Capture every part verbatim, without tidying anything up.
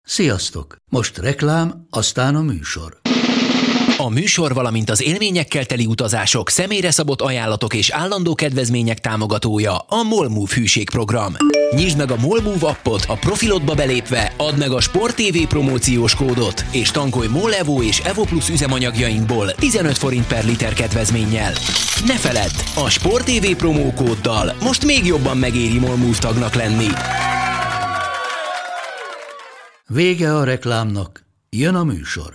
Sziasztok! Most reklám, aztán a műsor. A műsor, valamint az élményekkel teli utazások, személyre szabott ajánlatok és állandó kedvezmények támogatója a MOLMOVE hűségprogram. Nyisd meg a MOLMOVE appot, a profilodba belépve add meg a Sport té vé promóciós kódot, és tankolj MOL Evo és Evo Plus üzemanyagjainkból tizenöt forint per liter kedvezménnyel. Ne feledd, a Sport té vé promókóddal most még jobban megéri MOLMOVE tagnak lenni. Vége a reklámnak, jön a műsor.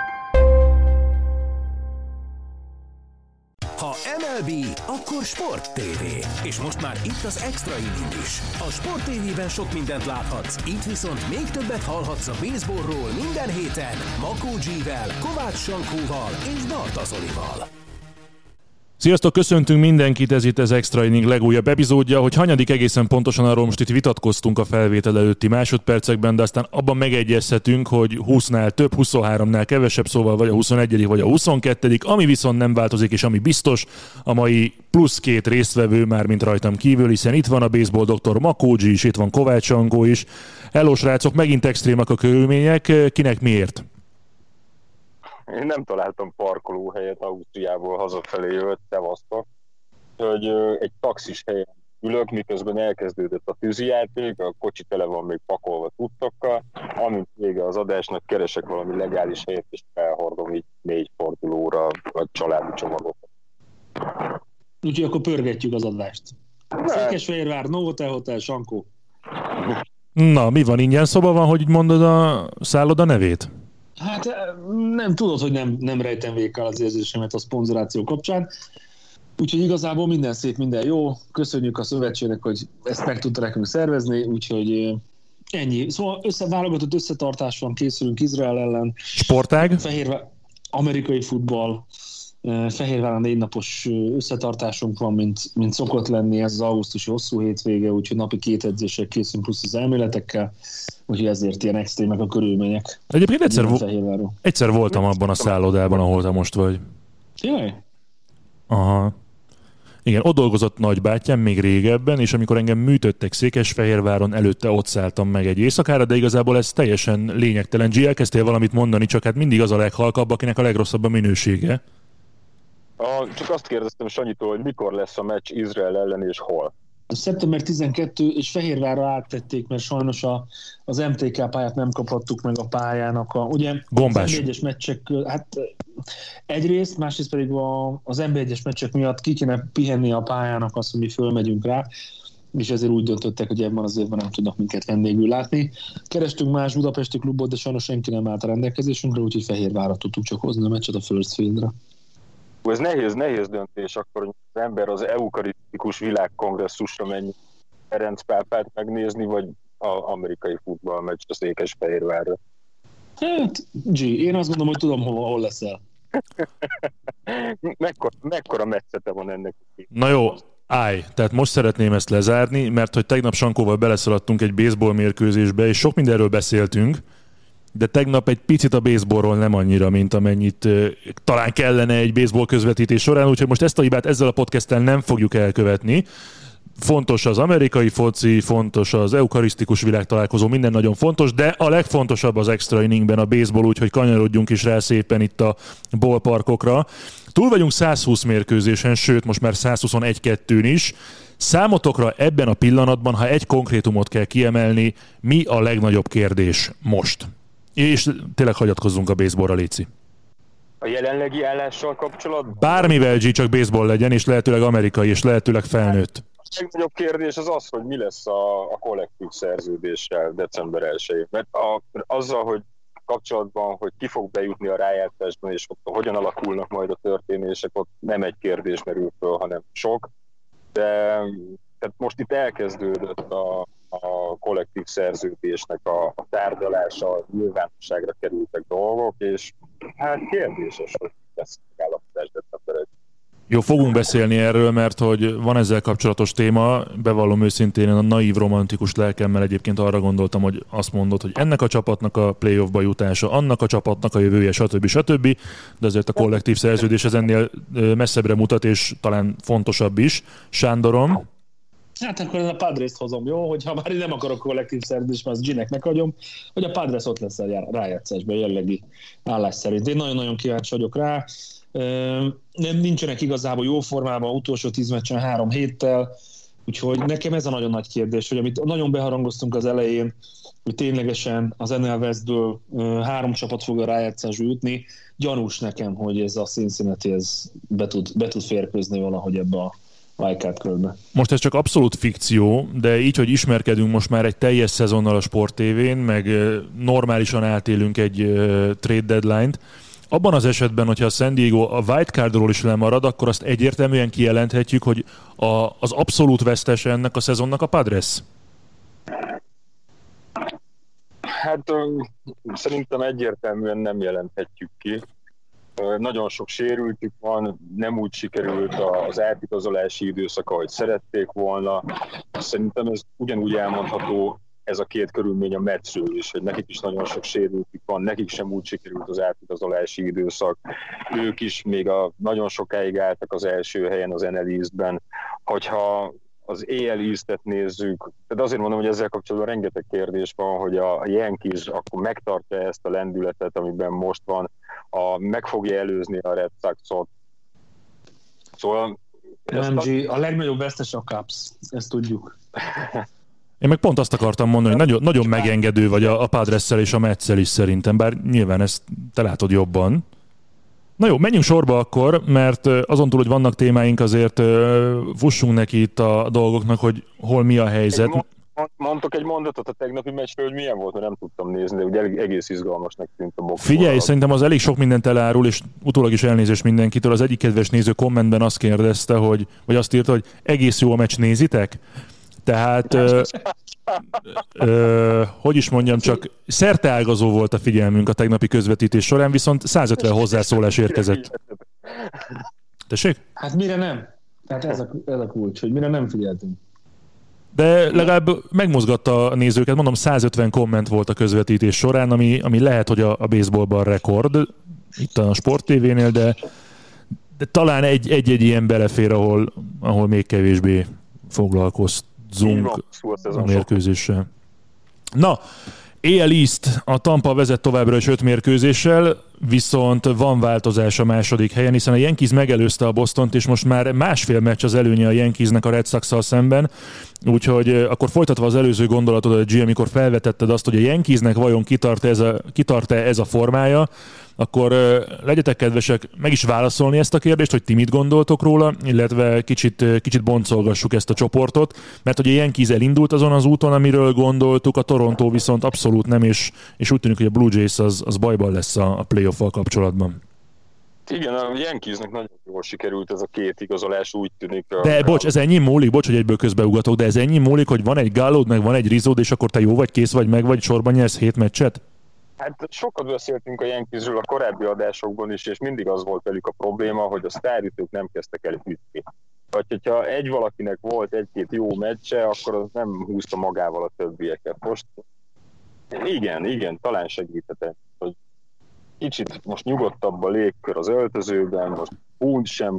Ha em el bé, akkor Sport té vé. És most már itt az Extra Inning is. A Sport té vében sok mindent láthatsz, itt viszont még többet hallhatsz a baseballról minden héten Makó G-vel, Kovács Sankóval és Barta Zolival. Sziasztok, köszöntünk mindenkit, ez itt az Extra Inning legújabb epizódja, hogy hanyadik egészen pontosan arról most itt vitatkoztunk a felvétel előtti másodpercekben, de aztán abban megegyezhetünk, hogy húsznál több, huszonháromnál kevesebb, szóval vagy a huszonegyedik vagy a huszonkettedik, ami viszont nem változik és ami biztos, a mai plusz két résztvevő már mint rajtam kívül, hiszen itt van a baseball doktor Makó G is, itt van Kovács Sankó is. Hello srácok, megint extrémek a körülmények, kinek miért? Én nem találtam parkolóhelyet, Ausztriából hazafelé jött, szevasztok, hogy egy taxis helyen ülök, miközben elkezdődött a tűzijáték, a kocsi tele van még pakolva tudtokkal, amint vége az adásnak keresek valami legális helyet, és felhordom így négy fordulóra a családi csomagokat. Úgyhogy akkor pörgetjük az adást. Székesfehérvár, Novotel Hotel, Sankó. Na, mi van, ingyen szoba van, hogy így mondod a szálloda nevét? Hát nem tudod, hogy nem, nem rejtem végig az érzésemet a szponzoráció kapcsán. Úgyhogy igazából minden szép, minden jó. Köszönjük a szövetségnek, hogy ezt meg tudta nekünk szervezni, úgyhogy ennyi. Szóval összeválogatott összetartás van, készülünk Izrael ellen. Sportág? Fehérvár, amerikai futball. Fehérváron négy napos összetartásunk van, mint, mint szokott lenni, ez az augusztusi hosszú hétvége, úgyhogy napi két edzések készülünk plusz az elméletekkel, úgyhogy ezért ilyen extrémek a körülmények. Egyébként egyszer, vo- egyszer voltam abban a szállodában, ahol te most vagy. Jaj. Aha. Igen, ott dolgozott nagybátyám még régebben, és amikor engem műtöttek Székesfehérváron, előtte ott szálltam meg egy éjszakára, de igazából ez teljesen lényegtelen. G, elkezdtél valamit mondani, csak hát mindig az a leghalkabb, akinek a legrosszabb a minősége. A, csak azt kérdeztem Sanyitól, hogy mikor lesz a meccs Izrael ellen és hol? szeptember tizenkettő és Fehérvárra áttették, mert sajnos a, az em té ká pályát nem kaphattuk meg a pályának. A, ugye Gombás. Az en bé egyes meccsek, hát egyrészt, másrészt pedig a, az en bé egyes meccsek miatt ki kéne pihenni a pályának azt, hogy mi fölmegyünk rá, és ezért úgy döntöttek, hogy ebben az évben nem tudnak minket vendégül látni. Kerestünk más budapesti klubot, de sajnos senki nem állt a rendelkezésünkre, úgyhogy Fehérvárra tudtuk csak hozni a meccset a First Fieldre. Ez nehéz, nehéz döntés akkor, hogy az ember az eukarisztikus világkongresszusra menjen Ferenc pápát megnézni, vagy az amerikai futballmeccs a Székesfehérvárra. Hát, G, én azt gondolom, hogy tudom, hova, hol leszel. mekkora, mekkora metszete van ennek? Na jó, állj, tehát most szeretném ezt lezárni, mert hogy tegnap Sankóval beleszaladtunk egy baseball mérkőzésbe, és sok mindenről beszéltünk, de tegnap egy picit a baseballról nem annyira, mint amennyit uh, talán kellene egy baseball közvetítés során, úgyhogy most ezt a hibát ezzel a podcasttel nem fogjuk elkövetni. Fontos az amerikai foci, fontos az eukarisztikus világtalálkozó, minden nagyon fontos, de a legfontosabb az extra inningben a baseball, úgyhogy kanyarodjunk is rá szépen itt a ballparkokra. Túl vagyunk száz húsz mérkőzésen, sőt most már száz huszonegy kettőn is. Számotokra ebben a pillanatban, ha egy konkrétumot kell kiemelni, mi a legnagyobb kérdés most? És tényleg hagyatkozzunk a baseballra, léci. A jelenlegi állással kapcsolatban? Bármivel, G, csak baseball legyen, és lehetőleg amerikai, és lehetőleg felnőtt. A legnagyobb kérdés az az, hogy mi lesz a, a kollektív szerződéssel december elsején. Mert a, azzal, hogy kapcsolatban, hogy ki fog bejutni a rájátszásban, és ott hogyan alakulnak majd a történések, ott nem egy kérdés merül föl, hanem sok. De tehát most itt elkezdődött a a kollektív szerződésnek a, a tárgyalása, nyilvánosságra kerültek dolgok, és hát kérdéses, hogy lesz megállapodás december. Jó, fogunk beszélni erről, mert hogy van ezzel kapcsolatos téma, bevallom őszintén, én a naív romantikus lelkemmel egyébként arra gondoltam, hogy azt mondod, hogy ennek a csapatnak a playoffba jutása, annak a csapatnak a jövője, stb. stb. De azért a kollektív szerződés ez ennél messzebbre mutat, és talán fontosabb is. Sándorom? Hát akkor a Padres-t hozom, jó? Hogyha már nem akarok kollektív szerződést, mert azt G-nek meghagyom, hogy a Padres ott lesz a rájátszásban jellegi állás szerint. Én nagyon-nagyon kíváncsi vagyok rá. Nem nincsenek igazából jó formában, utolsó tíz meccsen három héttel, úgyhogy nekem ez a nagyon nagy kérdés, hogy amit nagyon beharangoztunk az elején, hogy ténylegesen az en el Westből három csapat fog a rájátszásba jutni, gyanús nekem, hogy ez a Cincinnati ez be tud, be tud férkőzni valahogy ebbe a wildcard körbe. Most ez csak abszolút fikció, de így, hogy ismerkedünk most már egy teljes szezonnal a Sport té vén, meg normálisan átélünk egy trade deadline-t, abban az esetben, hogyha a San Diego a wildcardról is lemarad, akkor azt egyértelműen kijelenthetjük, hogy a, az abszolút vesztese ennek a szezonnak a Padres? Hát szerintem egyértelműen nem jelenthetjük ki. Nagyon sok sérültük van, nem úgy sikerült az átigazolási időszak, ahogy szerették volna. Szerintem ez ugyanúgy elmondható, ez a két körülmény a Metsről is, hogy nekik is nagyon sok sérültük van, nekik sem úgy sikerült az átigazolási időszak. Ők is még a, nagyon sokáig álltak az első helyen az en el East-ben. Hogyha az á el East-et nézzük, tehát azért mondom, hogy ezzel kapcsolatban rengeteg kérdés van, hogy a Yankees akkor megtartja ezt a lendületet, amiben most van, a, meg fogja előzni a Red Sox-ot. Szóval... em gé, a legnagyobb vesztes a Cubs, ezt tudjuk. Én meg pont azt akartam mondani, hogy nagyon, nagyon megengedő vagy a, a Padresszel és a Metszel is szerintem, bár nyilván ezt te látod jobban. Na jó, menjünk sorba akkor, mert azon túl, hogy vannak témáink, azért fussunk neki itt a dolgoknak, hogy hol mi a helyzet. Egy, mondtok egy mondatot a tegnapi meccsről, hogy milyen volt, mert nem tudtam nézni, de ugye egész izgalmasnak tűnt a box. Figyelj, szerintem az elég sok mindent elárul, és utólag is elnézést mindenkitől. Az egyik kedves néző kommentben azt kérdezte, hogy, vagy azt írta, hogy egész jó a meccs, nézitek? Tehát, ö, ö, hogy is mondjam, csak szerteágazó volt a figyelmünk a tegnapi közvetítés során, viszont százötven hozzászólás érkezett. Tessék? Hát mire nem? Tehát ez a, ez a kulcs, hogy mire nem figyeltünk. De legalább megmozgatta a nézőket, mondom, százötven komment volt a közvetítés során, ami, ami lehet, hogy a, a baseballban rekord, itt a Sport té vénél, de, de talán egy, egy-egy ilyen belefér, ahol, ahol még kevésbé foglalkozt. Zunk a mérkőzéssel. Na, á el East, a Tampa vezet továbbra is öt mérkőzéssel, viszont van változás a második helyen, hiszen a Yankees megelőzte a Bostont, és most már másfél meccs az előnye a Yankeesnek a Red Sox-szal szemben, úgyhogy akkor folytatva az előző gondolatodat, G, amikor felvetetted azt, hogy a Yankeesnek vajon kitart ez a, kitart-e ez a formája, akkor legyetek kedvesek meg is válaszolni ezt a kérdést, hogy ti mit gondoltok róla, illetve kicsit, kicsit boncolgassuk ezt a csoportot, mert hogy a Yankees elindult azon az úton, amiről gondoltuk, a Toronto viszont abszolút nem, és, és úgy tűnik, hogy a Blue Jays az, az bajban lesz a, a playoff-val kapcsolatban. Igen, a Yankeesnek nagyon jól sikerült ez a két igazolás, úgy tűnik. De a... bocs, ez ennyi múlik, bocs, hogy egyből közbeugatok, de ez ennyi múlik, hogy van egy Gallo, meg van egy Rizzo, és akkor te jó vagy, kész vagy, meg vagy, sorban nyersz hét meccset? Hát sokat beszéltünk a Yankeesről a korábbi adásokban is, és mindig az volt velük a probléma, hogy a sztárütők nem kezdtek el ütni. Vagy hogyha egy valakinek volt egy-két jó meccse, akkor az nem húzta magával a többieket. Most igen, igen, talán segített, hogy kicsit most nyugodtabb a légkör az öltözőben, most úgy sem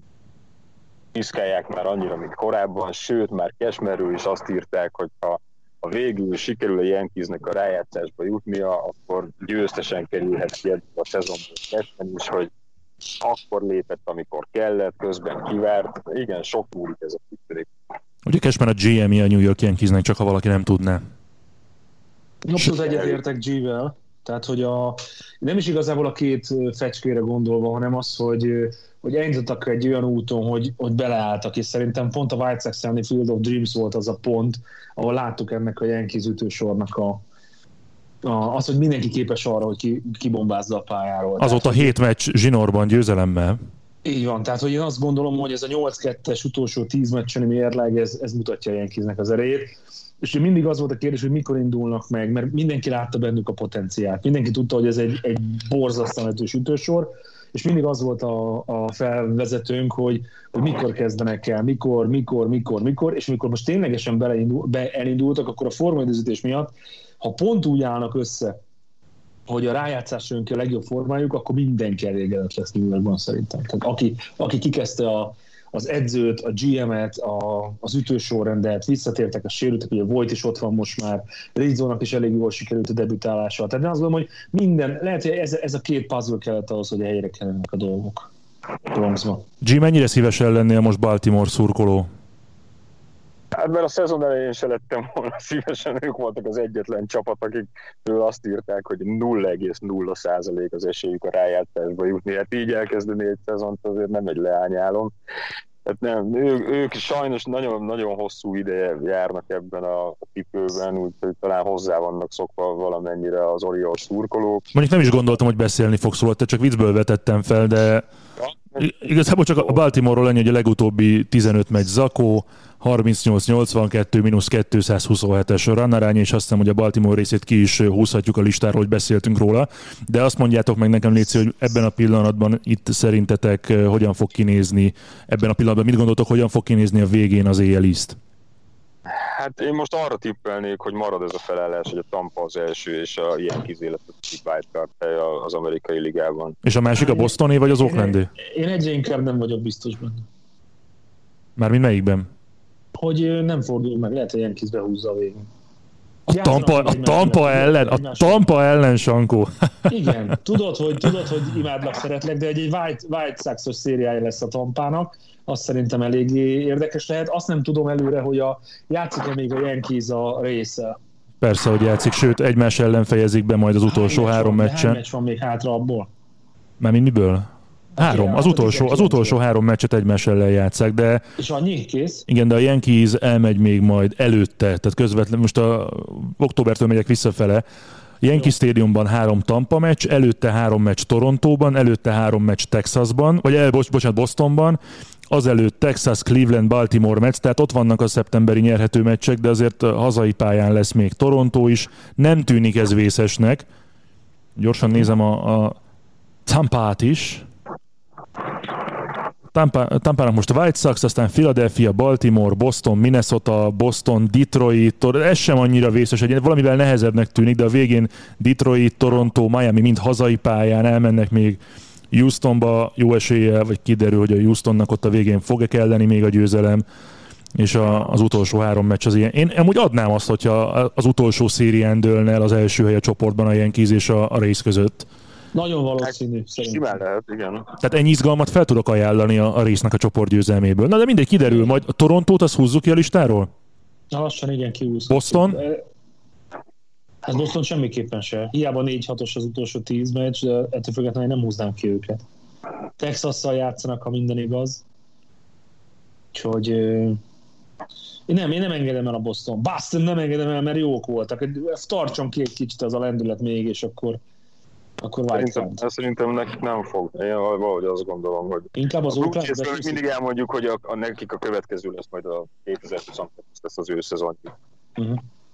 piszkálják már annyira, mint korábban, sőt, már Cashmerről is azt írták, hogy ha a végül sikerül a Yankeesnek a rájátszásba jutnia, akkor győztesen kerülhet ki a szezonból Cashman is, hogy akkor lépett, amikor kellett, közben kivárt. Igen, sok múlik ez a küzdődik. Ugye Cashman a gé em-je a New York Yankeesnek, csak ha valaki nem tudná. Abszolút egyetértek G-vel. Tehát, hogy a, nem is igazából a két fecskére gondolva, hanem az, hogy, hogy elindítottak egy olyan úton, hogy, hogy beleálltak, és szerintem pont a White Sox elleni Field of Dreams volt az a pont, ahol láttuk ennek a Yankees ütősornak a, a, az, hogy mindenki képes arra, hogy ki, kibombázza a pályáról. Azóta hét meccs zsinórban győzelemmel. Így van, tehát hogy én azt gondolom, hogy ez a nyolc kettes utolsó tíz meccsen mérleg, ez, ez mutatja a Yankeesnek az erejét. És mindig az volt a kérdés, hogy mikor indulnak meg, mert mindenki látta bennük a potenciált. Mindenki tudta, hogy ez egy, egy borzasztóan ütős ütősor, és mindig az volt a, a felvezetőnk, hogy, hogy mikor kezdenek el, mikor, mikor, mikor, mikor, és mikor most ténylegesen beleindul, be, elindultak, akkor a formaidőzítés miatt, ha pont úgy állnak össze, hogy a rájátszás jön ki a legjobb formájuk, akkor mindenki elégedett lesz New Yorkban szerintem. Tehát aki, aki kikezdte a az edzőt, a gé em-et, a, az ütősorrendet, visszatértek a sérültek, ugye Voit is ott van most már, Rizzónak is elég jól sikerült a debütálása. Tehát én azt gondolom, hogy minden, lehet, hogy ez, ez a két puzzle kellett ahhoz, hogy helyre kellenek a dolgok Bronxba. G, mennyire szívesen lennél most Baltimore szurkoló? Hát mert a szezon elején se lettem volna szívesen, ők voltak az egyetlen csapat, akikről azt írták, hogy nulla egész nulla százalék az esélyük a rájátszásba jutni. Hát így elkezdeni egy szezont azért nem egy leányálom. Hát nem, ők, ők sajnos nagyon-nagyon hosszú ideje járnak ebben a tipőben, úgyhogy talán hozzá vannak szokva valamennyire az Orioles szurkolók. Mondjuk nem is gondoltam, hogy beszélni fogsz róla, te csak viccből vetettem fel, de igazából csak a Baltimore-ról ennyi, hogy a legutóbbi tizenöt meccs zakó, harmincnyolc nyolcvankettő mínusz kétszázhuszonhetes a runarány, és azt hiszem, hogy a Baltimore részét ki is húzhatjuk a listáról, hogy beszéltünk róla. De azt mondjátok meg nekem, Léci, hogy ebben a pillanatban itt szerintetek hogyan fog kinézni, ebben a pillanatban mit gondoltok, hogyan fog kinézni a végén az á el East? Hát én most arra tippelnék, hogy marad ez a felállás, hogy a Tampa az első, és a ilyen kizéletet wildcard hely az amerikai ligában. És a másik a Bostoné vagy az Oaklandé? Én, én egyre inkább nem vagyok biztos benne. Mármint melyikben? Hogy nem fordul meg, lehet, hogy Yankees behúzza a végén. A Tampa, a Tampa ellen, a Tampa ellen, Sankó. Igen, tudod, hogy, tudod, hogy imádlak, szeretlek, de egy White, White Sox-os szériája lesz a Tampának, azt szerintem eléggé érdekes lehet. Azt nem tudom előre, hogy a játszik-e még a Yankees a része. Persze, hogy játszik, sőt, egymás ellen fejezik be majd az utolsó hány három meccsen. Hány meccs van még hátra abból? Mármint miből? Három. Az utolsó, az utolsó három meccset egymás ellen játsszák, de... És annyi? Kész? Igen, de a Yankees elmegy még majd előtte, tehát közvetlenül, most a októbertől megyek visszafele, Yankee Stadiumban három Tampa meccs, előtte három meccs Torontóban, előtte három meccs Texasban, vagy el, bocs, bocsánat, Bostonban, azelőtt Texas, Cleveland, Baltimore meccs, tehát ott vannak a szeptemberi nyerhető meccsek, de azért hazai pályán lesz még Toronto is. Nem tűnik ez vészesnek. Gyorsan nézem a, a Tampát is. Tampa, Tampának most White Sox, aztán Philadelphia, Baltimore, Boston, Minnesota, Boston, Detroit, ez sem annyira vészes, egy valamivel nehezebbnek tűnik, de a végén Detroit, Toronto, Miami mind hazai pályán, elmennek még Houstonba jó eséllyel, vagy kiderül, hogy a Houstonnak ott a végén fog-e kelleni még a győzelem, és a, az utolsó három meccs az ilyen. Én amúgy adnám azt, hogyha az utolsó szérián dőlne el az első hely a csoportban a Yankees és a, a Rays között. Nagyon valószínű, szerintem. Simán lehet, igen. Tehát ennyi izgalmat fel tudok ajánlani a, a Raysnek a csoportgyőzelméből. Na de mindegy, kiderül majd. A Torontót azt húzzuk ki a listáról? Na lassan igen, kihúzzuk. Boston? Hát Boston semmiképpen se. Hiába négy hatos az utolsó tíz meccs, de ettől függetlenül nem húznám ki őket. Texasszal játszanak, ha minden igaz. Úgyhogy... Én nem, én nem engedem el a Boston. Boston nem engedem el, mert jók voltak. Tartson ki egy kicsit az a lendület még, és akkor... Akkor szerintem, szerintem nekik nem fog. Én valahogy azt gondolom, hogy inkább az Oakland mindig elmondjuk, hogy a, a, nekik a következő lesz majd a kétezer-huszonkettő lesz az ő szezonjuk. Uh-huh.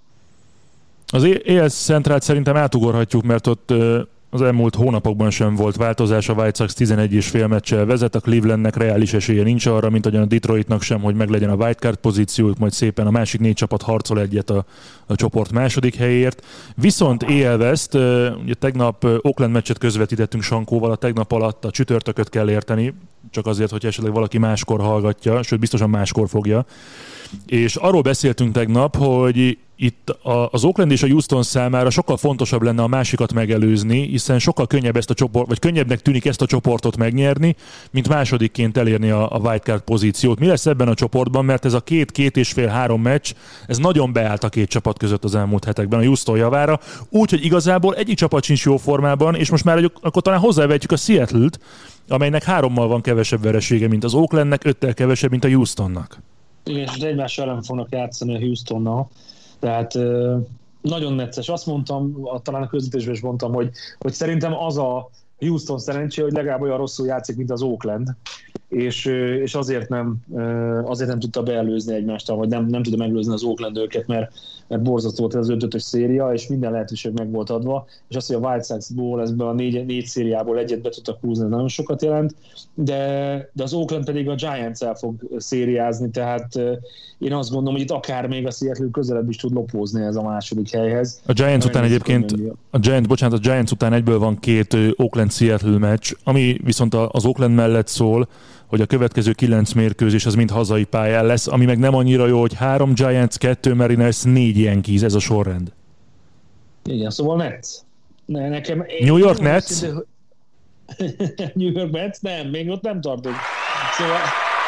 Az á el Centralt szerintem átugorhatjuk, mert ott az elmúlt hónapokban sem volt változás. A White Sox tizenegy és fél meccsel vezet, a Clevelandnek reális esélye nincs arra, mint ahogyan a Detroitnak sem, hogy meglegyen a wildcard pozíciójuk, majd szépen a másik négy csapat harcol egyet a, a csoport második helyért. Viszont á el West, ugye tegnap Oakland meccset közvetítettünk Sankóval, a tegnap alatt a csütörtököt kell érteni, csak azért, hogy esetleg valaki máskor hallgatja, sőt biztosan máskor fogja. És arról beszéltünk tegnap, hogy itt az Oakland és a Houston számára sokkal fontosabb lenne a másikat megelőzni, hiszen sokkal könnyebb ezt a csoport, vagy könnyebbnek tűnik ezt a csoportot megnyerni, mint másodikként elérni a, a wildcard pozíciót. Mi lesz ebben a csoportban, mert ez a két, két és fél, három meccs, ez nagyon beállt a két csapat között az elmúlt hetekben a Houston javára, úgyhogy igazából egyik csapat sincs jó formában, és most már akkor talán hozzávetjük a Seattle-t, amelynek hárommal van kevesebb veresége, mint az Oaklandnek, öttel kevesebb, mint a Houstonnak. Igen, és egymás ellen fognak játszani a Houstonnal. Tehát nagyon necces. Azt mondtam, talán a közvetésben is mondtam, hogy, hogy szerintem az a Houston szerencsé, hogy legalább olyan rosszul játszik, mint az Oakland, és, és azért, nem, azért nem tudta beelőzni egymást, vagy nem, nem tudta megelőzni az Oakland őket, mert, mert borzasztó volt az öt-ötös széria, és minden lehetőség meg volt adva, és az, hogy a White Sox-ból ezben a négy, négy szériából egyet be tudtak húzni, nagyon sokat jelent, de, de az Oakland pedig a Giants-el fog szériázni, tehát én azt gondolom, hogy itt akár még a Seattle közelebb is tud lopózni ez a második helyhez. A Giants után egyébként, a Giants, bocsánat, a Giants után egyből van két Oakland-Seattle meccs, ami viszont az Oakland mellett szól, hogy a következő kilenc mérkőzés az mind hazai pályán lesz, ami meg nem annyira jó, hogy három Giants, kettő Mariners, négy Yankees, ez a sorrend. Igen, szóval Nets. Ne, nekem, New York Nets? De, New York Mets? Nem, még ott nem tartunk. Szóval,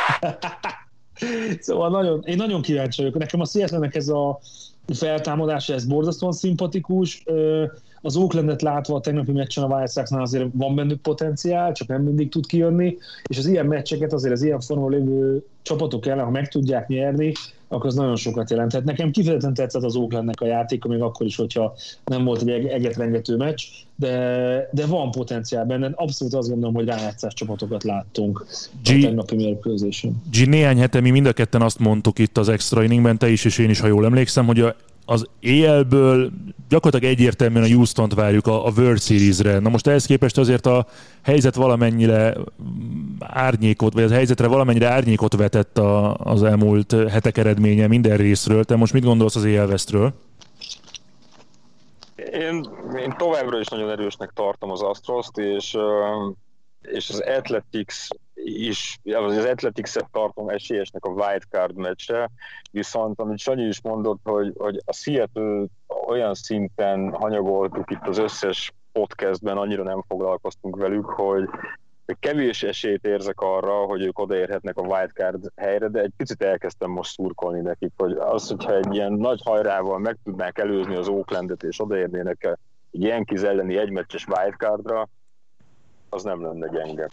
szóval nagyon, én nagyon kíváncsi vagyok. Nekem a Seattle-nek ez a feltámadása, ez borzasztóan szimpatikus. Az Oaklandet látva a tegnapi meccsen a White Sox-nál azért van bennük potenciál, csak nem mindig tud kijönni, és az ilyen meccseket azért az ilyen formában lévő csapatok ellen, ha meg tudják nyerni, akkor az nagyon sokat jelenthet. Nekem kifejezetten tetszett az Oaklandnek a játéka, még akkor is, hogyha nem volt egy egetrengető meccs, de, de van potenciál benne. Abszolút azt gondolom, hogy rájátszás csapatokat láttunk G, a tegnapi mérkőzésen. G, néhány hete mi mind a ketten azt mondtuk itt az extra inningben, te is és én is, ha jól emlékszem, hogy a az á el-ből gyakorlatilag egyértelműen a Houstont várjuk a, a World Series-re. Na most ehhez képest azért a helyzet valamennyire árnyékot, vagy az helyzetre valamennyire árnyékot vetett a, az elmúlt hetek eredménye minden részről. Te most mit gondolsz az á el Westről? Én, én továbbra is nagyon erősnek tartom az Astroszt, és, és az Athletics is, az Athletics-et tartom esélyesnek a wildcard meccsre, viszont amit Sanyi is mondott, hogy, hogy a Seattle olyan szinten hanyagoltuk itt az összes podcastben, annyira nem foglalkoztunk velük, hogy kevés esélyt érzek arra, hogy ők odaérhetnek a wildcard helyre, de egy picit elkezdtem most szurkolni nekik, hogy az, hogyha egy ilyen nagy hajrával meg tudnák előzni az Oaklandet, és odaérnének egy Yankees elleni egymeccses wildcardra, az nem lenne gyenge.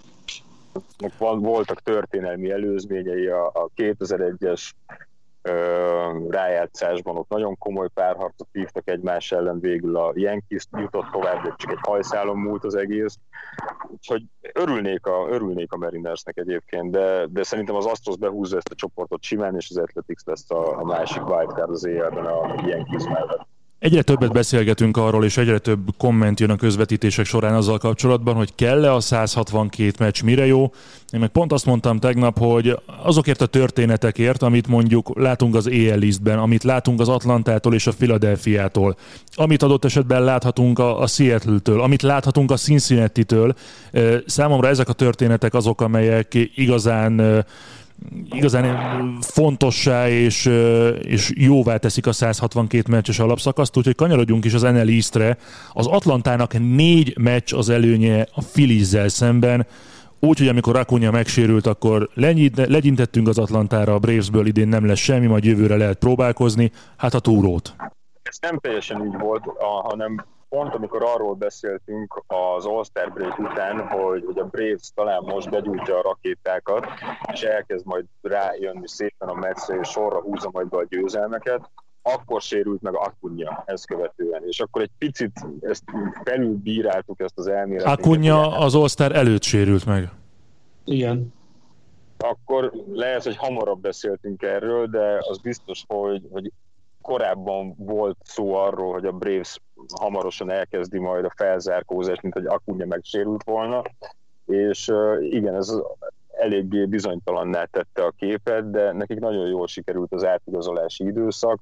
Voltak történelmi előzményei a, a kétezer-egyes ö, rájátszásban, ott nagyon komoly párharcot vívtak egymás ellen, végül a Yankees jutott tovább, de csak egy hajszálon múlt az egész. Úgyhogy örülnék a, örülnék a Marinersnek egyébként, de, de szerintem az Astros behúzza ezt a csoportot simán, és az Athletics lesz a, a másik wildcard az éjjelben a Yankees mellett. Egyre többet beszélgetünk arról, és egyre több komment jön a közvetítések során azzal kapcsolatban, hogy kell-e a száz hatvankét meccs, mire jó. Én meg pont azt mondtam tegnap, hogy azokért a történetekért, amit mondjuk látunk az á el Eastben, amit látunk az Atlantától és a Philadelphiától, amit adott esetben láthatunk a, a Seattle-től, amit láthatunk a Cincinnati-től, számomra ezek a történetek azok, amelyek igazán igazán fontossá és, és jóvá teszik a száz hatvankét meccses alapszakaszt, úgyhogy kanyarodjunk is az en el Eastre. Az Atlantának négy meccs az előnye a Phillies-zel szemben, úgyhogy amikor Acuna megsérült, akkor legyintettünk az Atlantára, a Bravesből idén nem lesz semmi, majd jövőre lehet próbálkozni, hát a túrót. Ez nem teljesen így volt, hanem pont amikor arról beszéltünk az All-Star break után, hogy, hogy a Braves talán most begyújtja a rakétákat, és elkezd majd rájönni szépen a Metsre, és sorra húzza majd be a győzelmeket, akkor sérült meg Acuna ezt követően. És akkor egy picit ezt felülbíráltuk, ezt az elméletet. Acuna az All-Star előtt sérült meg. Igen. Akkor lehet, hogy hamarabb beszéltünk erről, de az biztos, hogy, hogy korábban volt szó arról, hogy a Braves hamarosan elkezdi majd a felzárkózást, mint hogy Acuna megsérült volna, és igen, ez eléggé bizonytalanná tette a képet, de nekik nagyon jól sikerült az átigazolási időszak,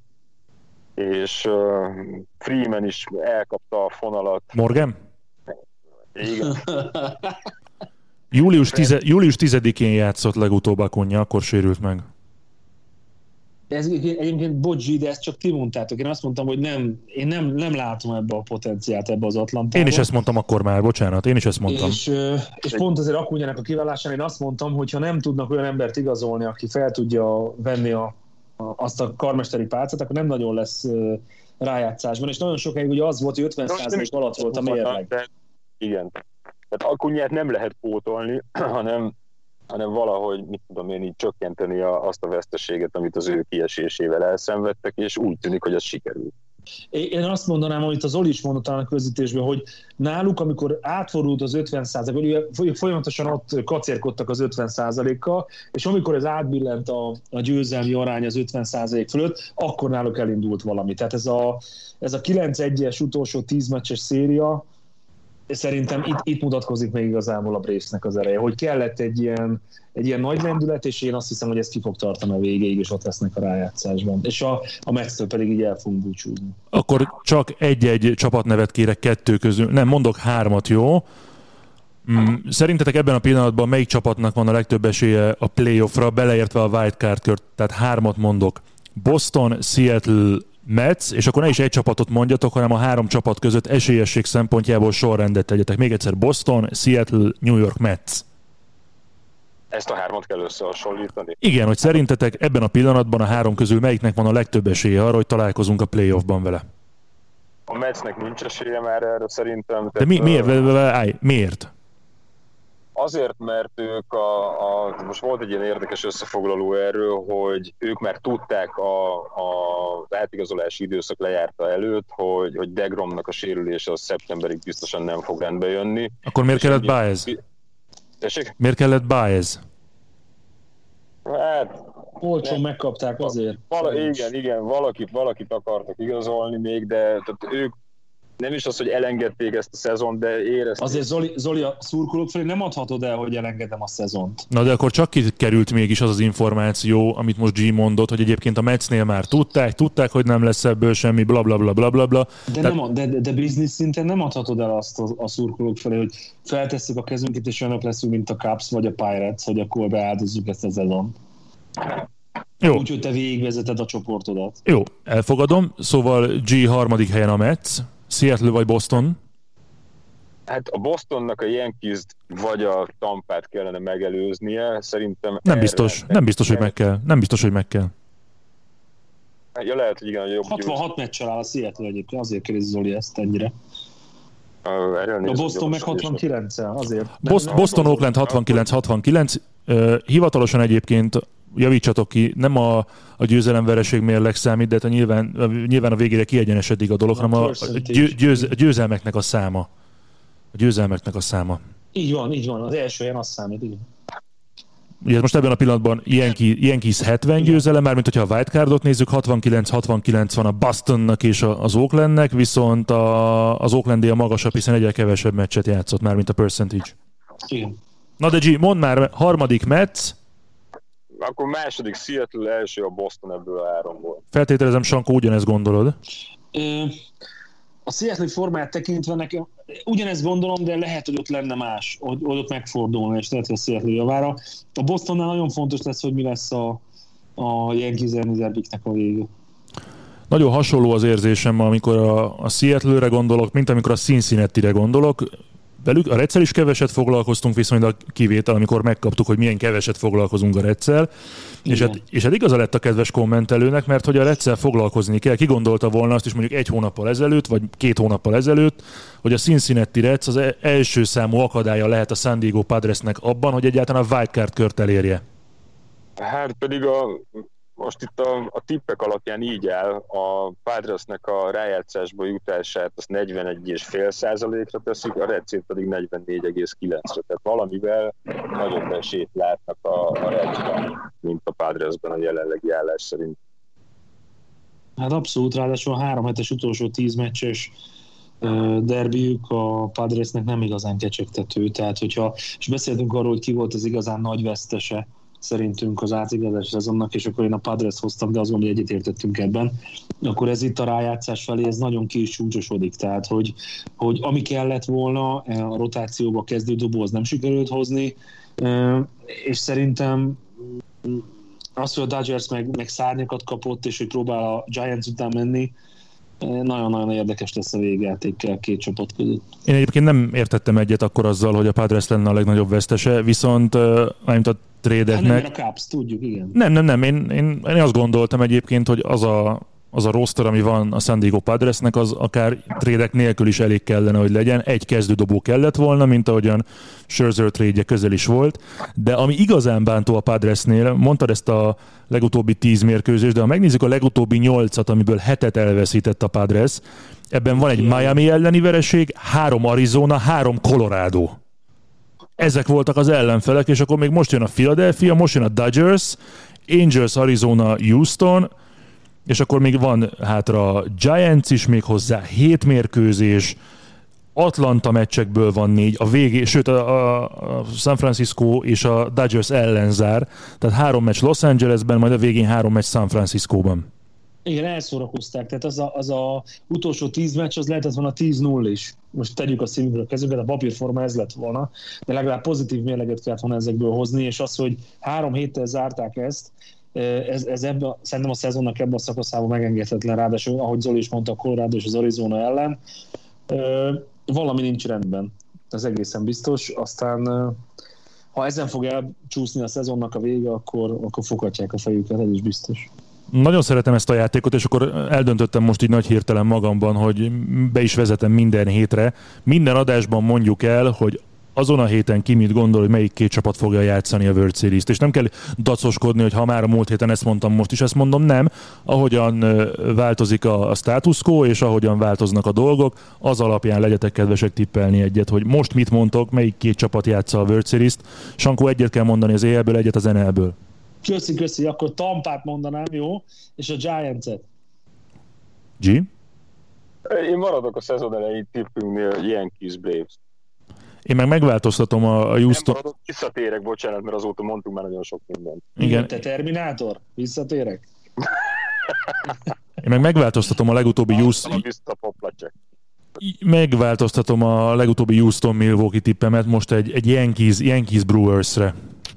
és Freeman is elkapta a fonalat. Morgan? Igen. Július, tize, július tizedikén játszott legutóbb Acuna, akkor sérült meg. Ez egyébként, bocs, de ezt csak ti mondtátok. Én azt mondtam, hogy nem, én nem, nem látom ebbe a potenciált ebbe az Atlantába. Én is ezt mondtam akkor már, bocsánat, én is ezt mondtam. És, és pont azért Acunának a kiválásán én azt mondtam, hogy ha nem tudnak olyan embert igazolni, aki fel tudja venni a, a, azt a karmesteri pálcát, akkor nem nagyon lesz rájátszásban. És nagyon sokáig ugye az volt, hogy ötven százalék alatt volt a mérleg. Igen. Tehát Acunát nem lehet pótolni, hanem hanem valahogy, mit tudom én, így csökkenteni a, azt a veszteséget, amit az ő kiesésével elszenvedtek, és úgy tűnik, hogy ez sikerül. Én azt mondanám, amit az Oli is mondott a közvetítésben, hogy náluk, amikor átfordult az ötven százalék, folyamatosan ott kacérkodtak az ötven százalékkal, és amikor ez átbillent a, a győzelmi arány az ötven százalék fölött, akkor náluk elindult valami. Tehát ez a, ez a kilenc egyes utolsó tíz meccses széria, szerintem itt, itt mutatkozik még igazából a Bravesnek az ereje, hogy kellett egy ilyen, egy ilyen nagy lendület, és én azt hiszem, hogy ezt ki fog tartani a végéig, és ott lesznek a rájátszásban. És a, a Metstől pedig így el fogunk búcsúzni. Akkor csak egy-egy csapatnevet kérek kettő közül, nem, mondok hármat, jó? Mm, szerintetek ebben a pillanatban melyik csapatnak van a legtöbb esélye a playoffra, beleértve a wildcard kört? Tehát hármat mondok. Boston, Seattle, Mets, és akkor ne is egy csapatot mondjatok, hanem a három csapat között esélyesség szempontjából sorrendet tegyetek. Még egyszer Boston, Seattle, New York, Mets. Ezt a hármat kell összehasonlítani? Igen, hogy szerintetek ebben a pillanatban a három közül melyiknek van a legtöbb esélye arra, hogy találkozunk a playoffban vele? A Metsnek nincs esélye már erre szerintem. De mi, miért? Állj, miért? Azért, mert ők a, a... Most volt egy ilyen érdekes összefoglaló erről, hogy ők már tudták a, a, az átigazolási időszak lejárta előtt, hogy, hogy DeGromnak a sérülése az szeptemberig biztosan nem fog rendbe jönni. Akkor miért kellett Baez? Tessék? Miért kellett Baez? Hát... Olcsón megkapták azért. Vala, igen, igen, valakit, valakit akartak igazolni még, de tehát ők nem is az, hogy elengedték ezt a szezont, de érezték. Azért Zoli, Zoli a szurkolók felé nem adhatod el, hogy elengedem a szezont. Na de akkor csak kikerült mégis az az információ, amit most G mondott, hogy egyébként a Metsnél már tudták, tudták, hogy nem lesz ebből semmi, blablabla. Bla, bla, bla, bla. De, Tehát... nem, de, de business szinten nem adhatod el azt a, a szurkolók felé, hogy feltesszük a kezünket, és olyanok leszünk, mint a Cubs vagy a Pirates, hogy akkor beáldozzuk ezt a szezont. Jó. Úgyhogy te végigvezeted a csoportodat. Jó, elfogadom. Szóval G harmadik helyen a Mets, Seattle vagy Boston? Hát a Bostonnak a Yankees-t vagy a Tampát kellene megelőznie, szerintem... Nem biztos, nem biztos, hogy meg kell. Nem biztos, hogy meg kell. Ja, lehet, hogy igen, jobb hatvanhat meccsel áll a Seattle egyébként, azért kérdezi Zoli ezt ennyire. Uh, a Boston meg hatvankilenccel, azért. Boston, Boston Oakland hatvankilenc hatvankilenc. Uh, hivatalosan egyébként javítsatok ki, nem a, a győzelemvereség mérleg számít, de hát a nyilván, nyilván a végére kiegyenesedik a dolog, hanem a, a, győ, győz, a győzelmeknek a száma. A győzelmeknek a száma. Így van, így van. Az első helyen az számít, igen. Ugye most ebben a pillanatban Yankee, Yankees hetven igen. győzelem, mármint hogyha a wildcardot nézzük, hatvankilenc hatvankilenc van a Bostonnak és az Oaklandnek, viszont a, az Oaklandé a magasabb, hiszen egyre kevesebb meccset játszott már, mint a percentage. Igen. Na de G, mondd már, harmadik Mets. Akkor második Seattle, első a Boston ebből a háromból. Feltételezem, Sankó, ugyanezt gondolod? Ö, a Seattle formát tekintve nekem ugyanezt gondolom, de lehet, hogy ott lenne más, hogy ott megfordulna, és lehet, hogy a Seattle javára. A Bostonnál nagyon fontos lesz, hogy mi lesz a, a Yankees-Erzsébiknek a vége. Nagyon hasonló az érzésem, amikor a, a Seattle-re gondolok, mint amikor a Cincinnati-re gondolok. Velük a Redszel is keveset foglalkoztunk, viszonylag kivétel, amikor megkaptuk, hogy milyen keveset foglalkozunk a Redszel. És hát, és hát igaza lett a kedves kommentelőnek, mert hogy a Redszel foglalkozni kell. Ki gondolta volna azt is mondjuk egy hónappal ezelőtt, vagy két hónappal ezelőtt, hogy a Cincinnati Reds az első számú akadálya lehet a San Diego Padresnek abban, hogy egyáltalán a wildcard kört elérje. Hát pedig a... Most itt a, a tippek alapján így áll, a Padresnek a rájátszásba jutását azt negyvenegy egész öt százalékra teszik, a Redsét pedig negyvennégy egész kilencre. Tehát valamivel nagyobb esélyt látnak a, a Redsben, mint a Padresben a jelenlegi állás szerint. Hát abszolút, ráadásul a három hetes utolsó tíz meccses derbiük a Padresnek nem igazán kecsegtető, tehát hogyha, és beszéltünk arról, hogy ki volt az igazán nagy vesztese szerintünk az átigazás szezonnak, és akkor én a Padres hoztam, de azt gondolom, hogy egyetértettünk ebben, akkor ez itt a rájátszás felé, ez nagyon ki is csúcsosodik, tehát hogy, hogy ami kellett volna, a rotációba a kezdődobó az nem sikerült hozni, és szerintem az, hogy a Dodgers meg, meg szárnyakat kapott, és hogy próbál a Giants után menni, nagyon-nagyon érdekes lesz a végjáték két csapat között. Én egyébként nem értettem egyet akkor azzal, hogy a Padres lenne a legnagyobb vesztese, viszont mármint a trédeknek... Hát nem, a Cubs, tudjuk, igen. Nem, nem, nem. Én, én, én azt gondoltam egyébként, hogy az a, az a roster, ami van a San Diego Padresnek, az akár trédek nélkül is elég kellene, hogy legyen. Egy kezdődobó kellett volna, mint ahogyan Scherzer trédje közel is volt. De ami igazán bántó a Padresnél, mondtad ezt a legutóbbi tíz mérkőzést, de ha megnézzük a legutóbbi nyolcat, amiből hetet elveszített a Padres, ebben van egy Miami elleni vereség, három Arizona, három Colorado. Ezek voltak az ellenfelek, és akkor még most jön a Philadelphia, most jön a Dodgers, Angels, Arizona, Houston, és akkor még van hátra Giants is még hozzá, hét mérkőzés, Atlanta meccsekből van négy, a végé, sőt a, a San Francisco és a Dodgers ellenzár, tehát három meccs Los Angelesben, majd a végén három meccs San Franciscóban. Igen, elszórakozták, tehát az a, az a utolsó tíz meccs, az lehetett volna tíz null is. Most tegyük a szívünkre a kezünket, a papírforma ez lett volna, de legalább pozitív mérleget kellett volna ezekből hozni, és az, hogy három héttel zárták ezt, ez, ez ebben, szerintem a szezonnak ebben a szakaszában megengedhetetlen, ráadásul, ahogy Zoli is mondta, a Colorado és az Arizona ellen, valami nincs rendben, ez egészen biztos, aztán ha ezen fog elcsúszni a szezonnak a vége, akkor, akkor foghatják a fejüket, ez is biztos. Nagyon szeretem ezt a játékot, és akkor eldöntöttem most így nagy hirtelen magamban, hogy be is vezetem minden hétre. Minden adásban mondjuk el, hogy azon a héten ki mit gondol, hogy melyik két csapat fogja játszani a World Series-t. És nem kell dacoskodni, hogy ha már a múlt héten ezt mondtam, most is ezt mondom, nem. Ahogyan változik a, a status quo, és ahogyan változnak a dolgok, az alapján legyetek kedvesek tippelni egyet, hogy most mit mondtok, melyik két csapat játsza a World Series-t. Sankó, egyet kell mondani az é el-ből, egyet az en el-ből. Köszi, köszi, akkor Tampát mondanám, jó? És a Giants-et. G? Én maradok a szezon elején tippünknél, Yankees Braves. Én meg megváltoztatom a, a Houston... Nem maradok, visszatérek, bocsánat, mert azóta mondtunk már nagyon sok mindent. Igen. Te Terminátor? Visszatérek? Én meg megváltoztatom a legutóbbi Houston... Megváltoztatom a legutóbbi Houston-Milwaukee tippemet most egy, egy Yankees, Yankees Brewers-re.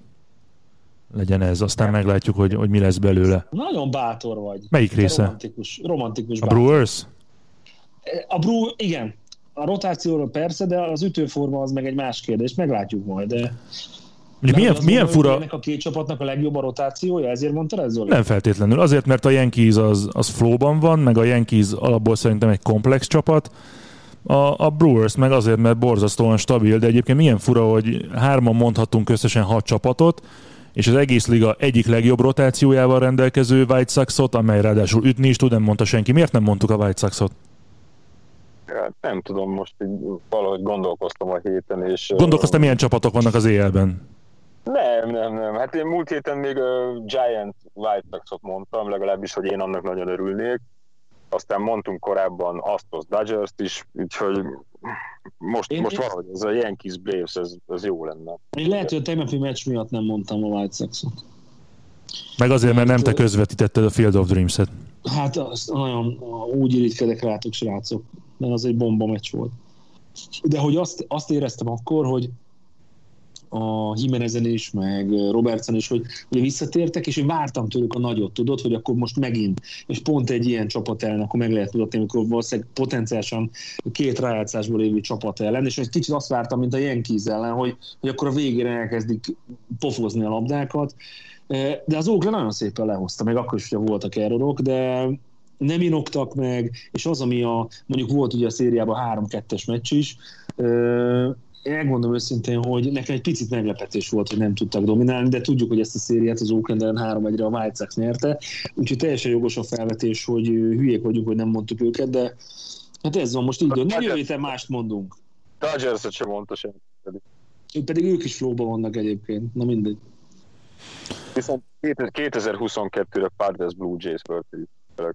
Legyen ez, aztán meglátjuk, hogy, hogy mi lesz belőle. Nagyon bátor vagy. Melyik része? Romantikus, romantikus A bátor. Brewers? A Brew, igen. A rotációról persze, de az ütőforma az meg egy más kérdés. Meglátjuk majd. De... Milyen, de milyen fura... Ennek a két csapatnak a legjobb a rotációja? Ezért mondtad ez, Zoli? Nem feltétlenül. Azért, mert a Yankees az, az flowban van, meg a Yankees alapból szerintem egy komplex csapat. A, a Brewers meg azért, mert borzasztóan stabil, de egyébként milyen fura, hogy hárman mondhatunk összesen hat csapatot, és az egész liga egyik legjobb rotációjával rendelkező White Soxot, amely ráadásul ütni is tud, nem mondta senki. Miért nem mondtuk a White Soxot? Ja, nem tudom, most így valahogy gondolkoztam a héten, és... Gondolkoztam, milyen csapatok vannak az é el-ben? Nem, nem, nem. Hát én múlt héten még a Giant White Soxot mondtam, legalábbis, hogy én annak nagyon örülnék. Aztán mondtunk korábban Astros Dodgers-t is, úgyhogy most, én, most valahogy ez a Yankees Braves, ez, ez jó lenne. Én lehet, hogy a tegnapi meccs miatt nem mondtam a White Soxot. Meg azért, mert nem te közvetítetted a Field of Dreams-et. Hát azt nagyon úgy irigykedek rátok, srácok, mert az egy bomba meccs volt. De hogy azt, azt éreztem akkor, hogy a Jimenezen is, meg Robertson is, hogy ugye visszatértek, és én vártam tőlük a nagyot, tudod, hogy akkor most megint, és pont egy ilyen csapat ellen, akkor meg lehet mutatni, amikor valószínűleg potenciálisan két rájátszásból lévő csapat ellen, és egy kicsit azt vártam, mint a Yankees ellen, hogy, hogy akkor a végére elkezdik pofozni a labdákat, de az Oakland nagyon szépen lehozta, meg akkor is ugye voltak errorok, de nem inoktak meg, és az, ami a, mondjuk volt ugye a szériában három kettes meccs is, én megmondom őszintén, hogy nekem egy picit meglepetés volt, hogy nem tudtak dominálni, de tudjuk, hogy ezt a szériát az Oakland ellen három egyre a White Sox nyerte, úgyhogy teljesen jogos a felvetés, hogy hülyék vagyunk, hogy nem mondtuk őket, de hát ez van, most így dönt. Nem jövő héten mást mondunk. Dodgers-et sem mondta senki. Pedig ők is flowban vannak egyébként, na mindegy. Viszont kétezer-huszonkettőre Padres Blue Jays World.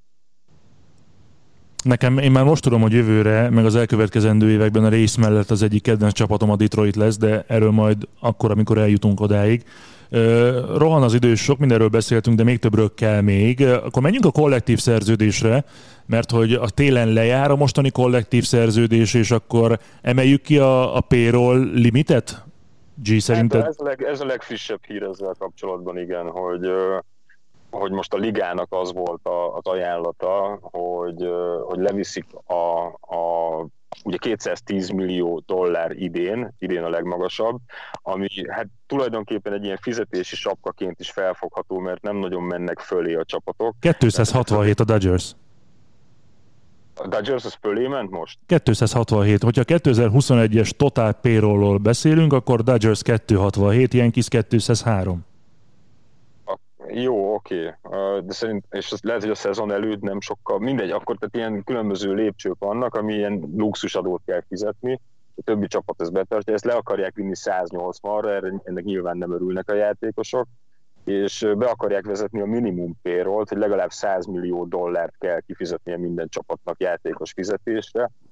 Nekem, én már most tudom, hogy jövőre, meg az elkövetkezendő években a rész mellett az egyik kedvenc csapatom a Detroit lesz, de erről majd akkor, amikor eljutunk odáig. Rohan az idő, sok mindenről beszéltünk, de még többről kell még. Akkor menjünk a kollektív szerződésre, mert hogy a télen lejár a mostani kollektív szerződés, és akkor emeljük ki a, a payroll limitet? G, szerinted? Hát ez, a leg, ez a legfrissebb hír ezzel kapcsolatban, igen, hogy... hogy most a ligának az volt a, az ajánlata, hogy, hogy leviszik a, a ugye kétszáztíz millió dollár idén, idén a legmagasabb, ami hát tulajdonképpen egy ilyen fizetési sapkaként is felfogható, mert nem nagyon mennek fölé a csapatok. kétszázhatvanhét a Dodgers. A Dodgers az fölé ment most? kétszázhatvanhét. Hogyha kétezer-huszonegyes total payrollról beszélünk, akkor Dodgers kétszázhatvanhét, Yankees kétszázhárom. Jó, oké, okay. De szerint, és az lehet, hogy a szezon előtt nem sokkal, mindegy, akkor tehát ilyen különböző lépcsők vannak, ami ilyen luxusadót kell fizetni, a többi csapat ezt betartja, ezt le akarják vinni száznyolcvanra, erre ennek nyilván nem örülnek a játékosok, és be akarják vezetni a minimum payrollt, hogy legalább száz millió dollárt kell kifizetnie minden csapatnak játékos fizetésre,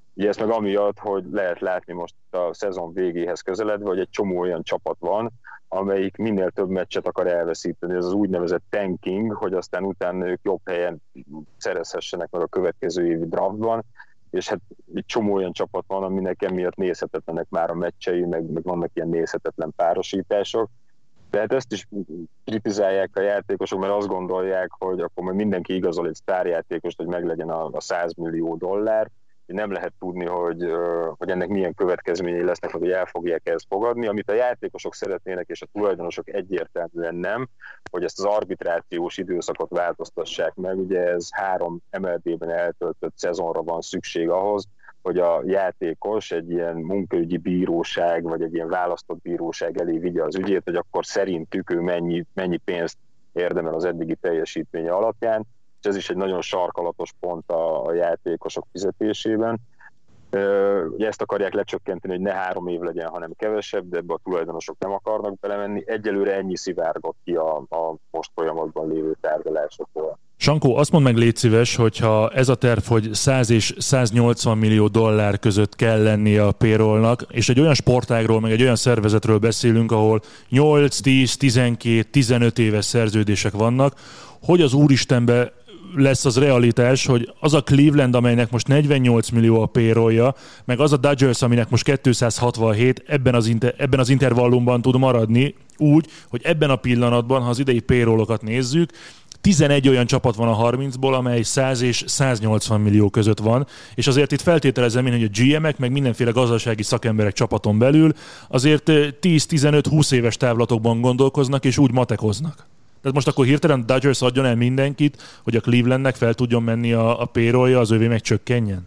Ugye ezt meg amiatt, hogy lehet látni most a szezon végéhez közeledve, hogy egy csomó olyan csapat van, amelyik minél több meccset akar elveszíteni. Ez az úgynevezett tanking, hogy aztán utána ők jobb helyen szerezhessenek meg a következő évi draftban, és hát egy csomó olyan csapat van, aminek emiatt nézhetetlenek már a meccsei, meg, meg vannak ilyen nézhetetlen párosítások. Tehát ezt is kritizálják a játékosok, mert azt gondolják, hogy akkor majd mindenki igazol egy sztárjátékost, hogy meglegyen a, a száz millió dollár. Nem lehet tudni, hogy, hogy ennek milyen következményei lesznek, vagy hogy el fogják ezt fogadni. Amit a játékosok szeretnének, és a tulajdonosok egyértelműen nem, hogy ezt az arbitrációs időszakot változtassák meg. Ugye ez három em el bé-ben eltöltött szezonra van szükség ahhoz, hogy a játékos egy ilyen munkaügyi bíróság, vagy egy ilyen választott bíróság elé vigye az ügyét, hogy akkor szerintük ő mennyi, mennyi pénzt érdemel az eddigi teljesítménye alapján. És ez is egy nagyon sarkalatos pont a, a játékosok fizetésében. Ugye ezt akarják lecsökkenteni, hogy ne három év legyen, hanem kevesebb, de ebbe a tulajdonosok nem akarnak belemenni. Egyelőre ennyi szivárgott ki a, a most folyamatban lévő tárgyalásokból. Sankó, azt mondd meg, légy szíves, hogyha ez a terv, hogy száz és száznyolcvan millió dollár között kell lennie a payrollnak, és egy olyan sportágról, meg egy olyan szervezetről beszélünk, ahol nyolc, tíz, tizenkét, tizenöt éves szerződések vannak, hogy az úristenbe lesz az realitás, hogy az a Cleveland, amelynek most negyvennyolc millió a payrollja, meg az a Dodgers, aminek most kétszázhatvanhét, ebben az, inter, ebben az intervallumban tud maradni, úgy, hogy ebben a pillanatban, ha az idei payrollokat nézzük, tizenegy olyan csapat van a harmincból, amely száz és száznyolcvan millió között van, és azért itt feltételezem én, hogy a gé em-ek, meg mindenféle gazdasági szakemberek csapaton belül azért tíz-tizenöt-húsz éves távlatokban gondolkoznak, és úgy matekoznak. Tehát most akkor hirtelen Dodgers adjon el mindenkit, hogy a Clevelandnek fel tudjon menni a, a payrollja, az övé meg csökkenjen?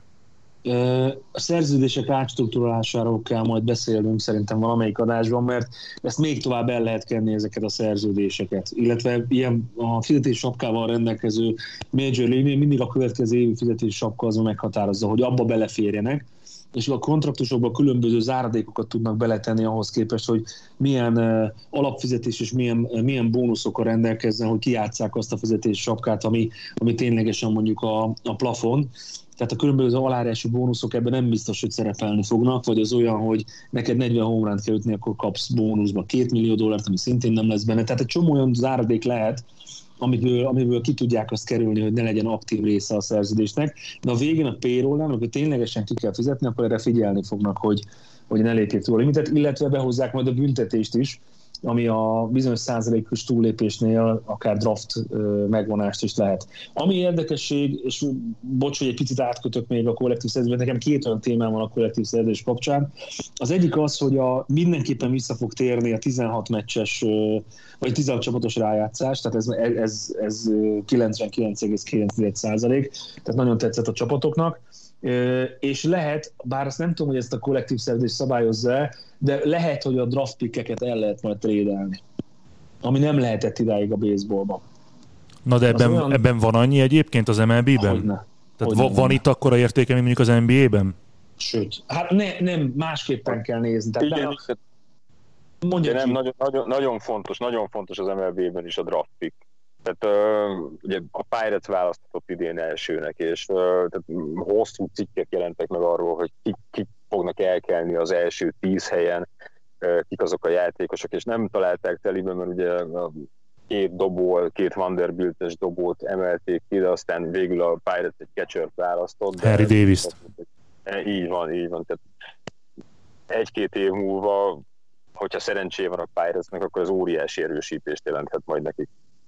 A szerződések átstruktúrálásáról kell majd beszélnünk szerintem valamelyik adásban, mert ezt még tovább el lehet kenni ezeket a szerződéseket. Illetve ilyen a fizetési sapkával rendelkező Major League mindig a következő évi fizetési sapka azon meghatározza, hogy abba beleférjenek, és a kontraktusokban különböző záradékokat tudnak beletenni ahhoz képest, hogy milyen uh, alapfizetés és milyen, uh, milyen bónuszokkal rendelkezzen, hogy kijátsszák azt a fizetési sapkát, ami, ami ténylegesen mondjuk a, a plafon. Tehát a különböző alárási bónuszok ebben nem biztos, hogy szerepelni fognak, vagy az olyan, hogy neked negyven home runt kell ütni, akkor kapsz bónuszba két millió dollárt, ami szintén nem lesz benne. Tehát egy csomó olyan záradék lehet, amiből, amiből ki tudják azt kerülni, hogy ne legyen aktív része a szerződésnek. De a végén a payroll-nál, amikor ténylegesen ki kell fizetni, akkor erre figyelni fognak, hogy, hogy ne lépjék túl a limitet, illetve behozzák majd a büntetést is, ami a bizonyos százalékos túllépésnél akár draft megvonást is lehet. Ami érdekesség, és bocs, hogy egy picit átkötök még a kollektív szerződésben, nekem két olyan témám van a kollektív szerződés kapcsán. Az egyik az, hogy a, mindenképpen vissza fog térni a tizenhat meccses, vagy tizenhat csapatos rájátszás, tehát ez, ez, ez kilencvenkilenc egész kilenc százalék, tehát nagyon tetszett a csapatoknak. És lehet, bár azt nem tudom, hogy ezt a kollektív szerződés szabályozza, de lehet, hogy a draft pickeket el lehet majd trédelni, ami nem lehetett idáig a baseballban. Na de ebben, olyan... ebben van annyi egyébként az em el bé-ben? Hogyne. Tehát Hogyne. van itt akkora értéke, mint mondjuk az en bé á-ben? Sőt, hát ne, nem, másképpen kell nézni. Tehát igen, nem, mondja nem, nagyon, nagyon, nagyon fontos, nagyon fontos az em el bé-ben is a draft pick. Tehát uh, ugye a Pirates választott idén elsőnek, és uh, tehát hosszú cikkek jelentek meg arról, hogy kik, kik fognak elkelni az első tíz helyen, uh, kik azok a játékosok, és nem találták telibe, mert ugye a két dobó, két Vanderbilt-es dobót emelték ki, de aztán végül a Pirates egy catchert választott. Harry Davis-t. Így van, így van. Tehát egy-két év múlva, hogyha szerencsé van a Piratesnek, akkor az óriási erősítést jelenthet majd nekik.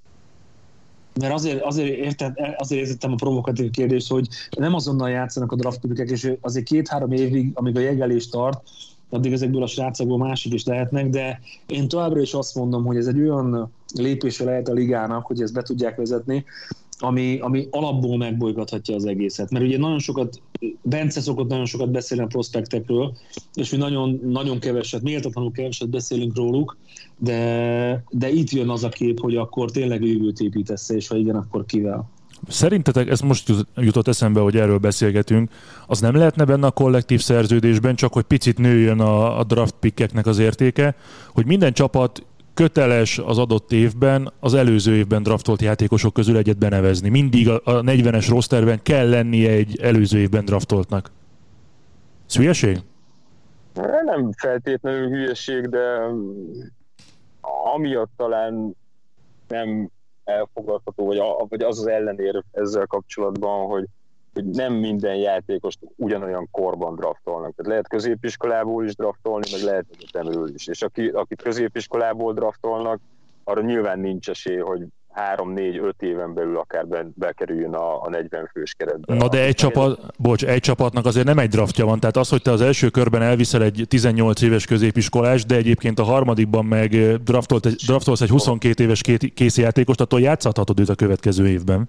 Mert azért, azért, érted, azért értettem a provokatív kérdést, hogy nem azonnal játszanak a draft pickek, és azért két-három évig, amíg a jegelés tart, addig ezekből a srácokból másik is lehetnek, de én továbbra is azt mondom, hogy ez egy olyan lépése lehet a ligának, hogy ezt be tudják vezetni, ami, ami alapból megbolygathatja az egészet. Mert ugye nagyon sokat, Bence szokott nagyon sokat beszélni a prospektekről, és mi nagyon, nagyon keveset, méltatlanul keveset beszélünk róluk, de, de itt jön az a kép, hogy akkor tényleg jövőt építesz, és ha igen, akkor kivel. Szerintetek, ez most jutott eszembe, hogy erről beszélgetünk, az nem lehetne benne a kollektív szerződésben, csak hogy picit nőjön a, a draft pickeknek az értéke, hogy minden csapat köteles az adott évben az előző évben draftolt játékosok közül egyet benevezni. Mindig a, a negyvenes rosterben kell lennie egy előző évben draftoltnak. Ez hülyeség? Nem feltétlenül hülyeség, de amiatt talán nem elfogadható, vagy, a, vagy az az ellenér ezzel kapcsolatban, hogy, hogy nem minden játékost ugyanolyan korban draftolnak. Tehát lehet középiskolából is draftolni, meg lehet egyetemről is. És aki, akit középiskolából draftolnak, arra nyilván nincs esély, hogy három, négy, öt éven belül akár be, bekerüljön a, a negyven fős keretbe. Na de egy csapat, bocs, egy csapatnak azért nem egy draftja van, tehát az, hogy te az első körben elviszel egy tizennyolc éves középiskolás, de egyébként a harmadikban meg draftolt egy, draftolsz egy huszonkét éves készjátékost, attól játszhatod őt a következő évben.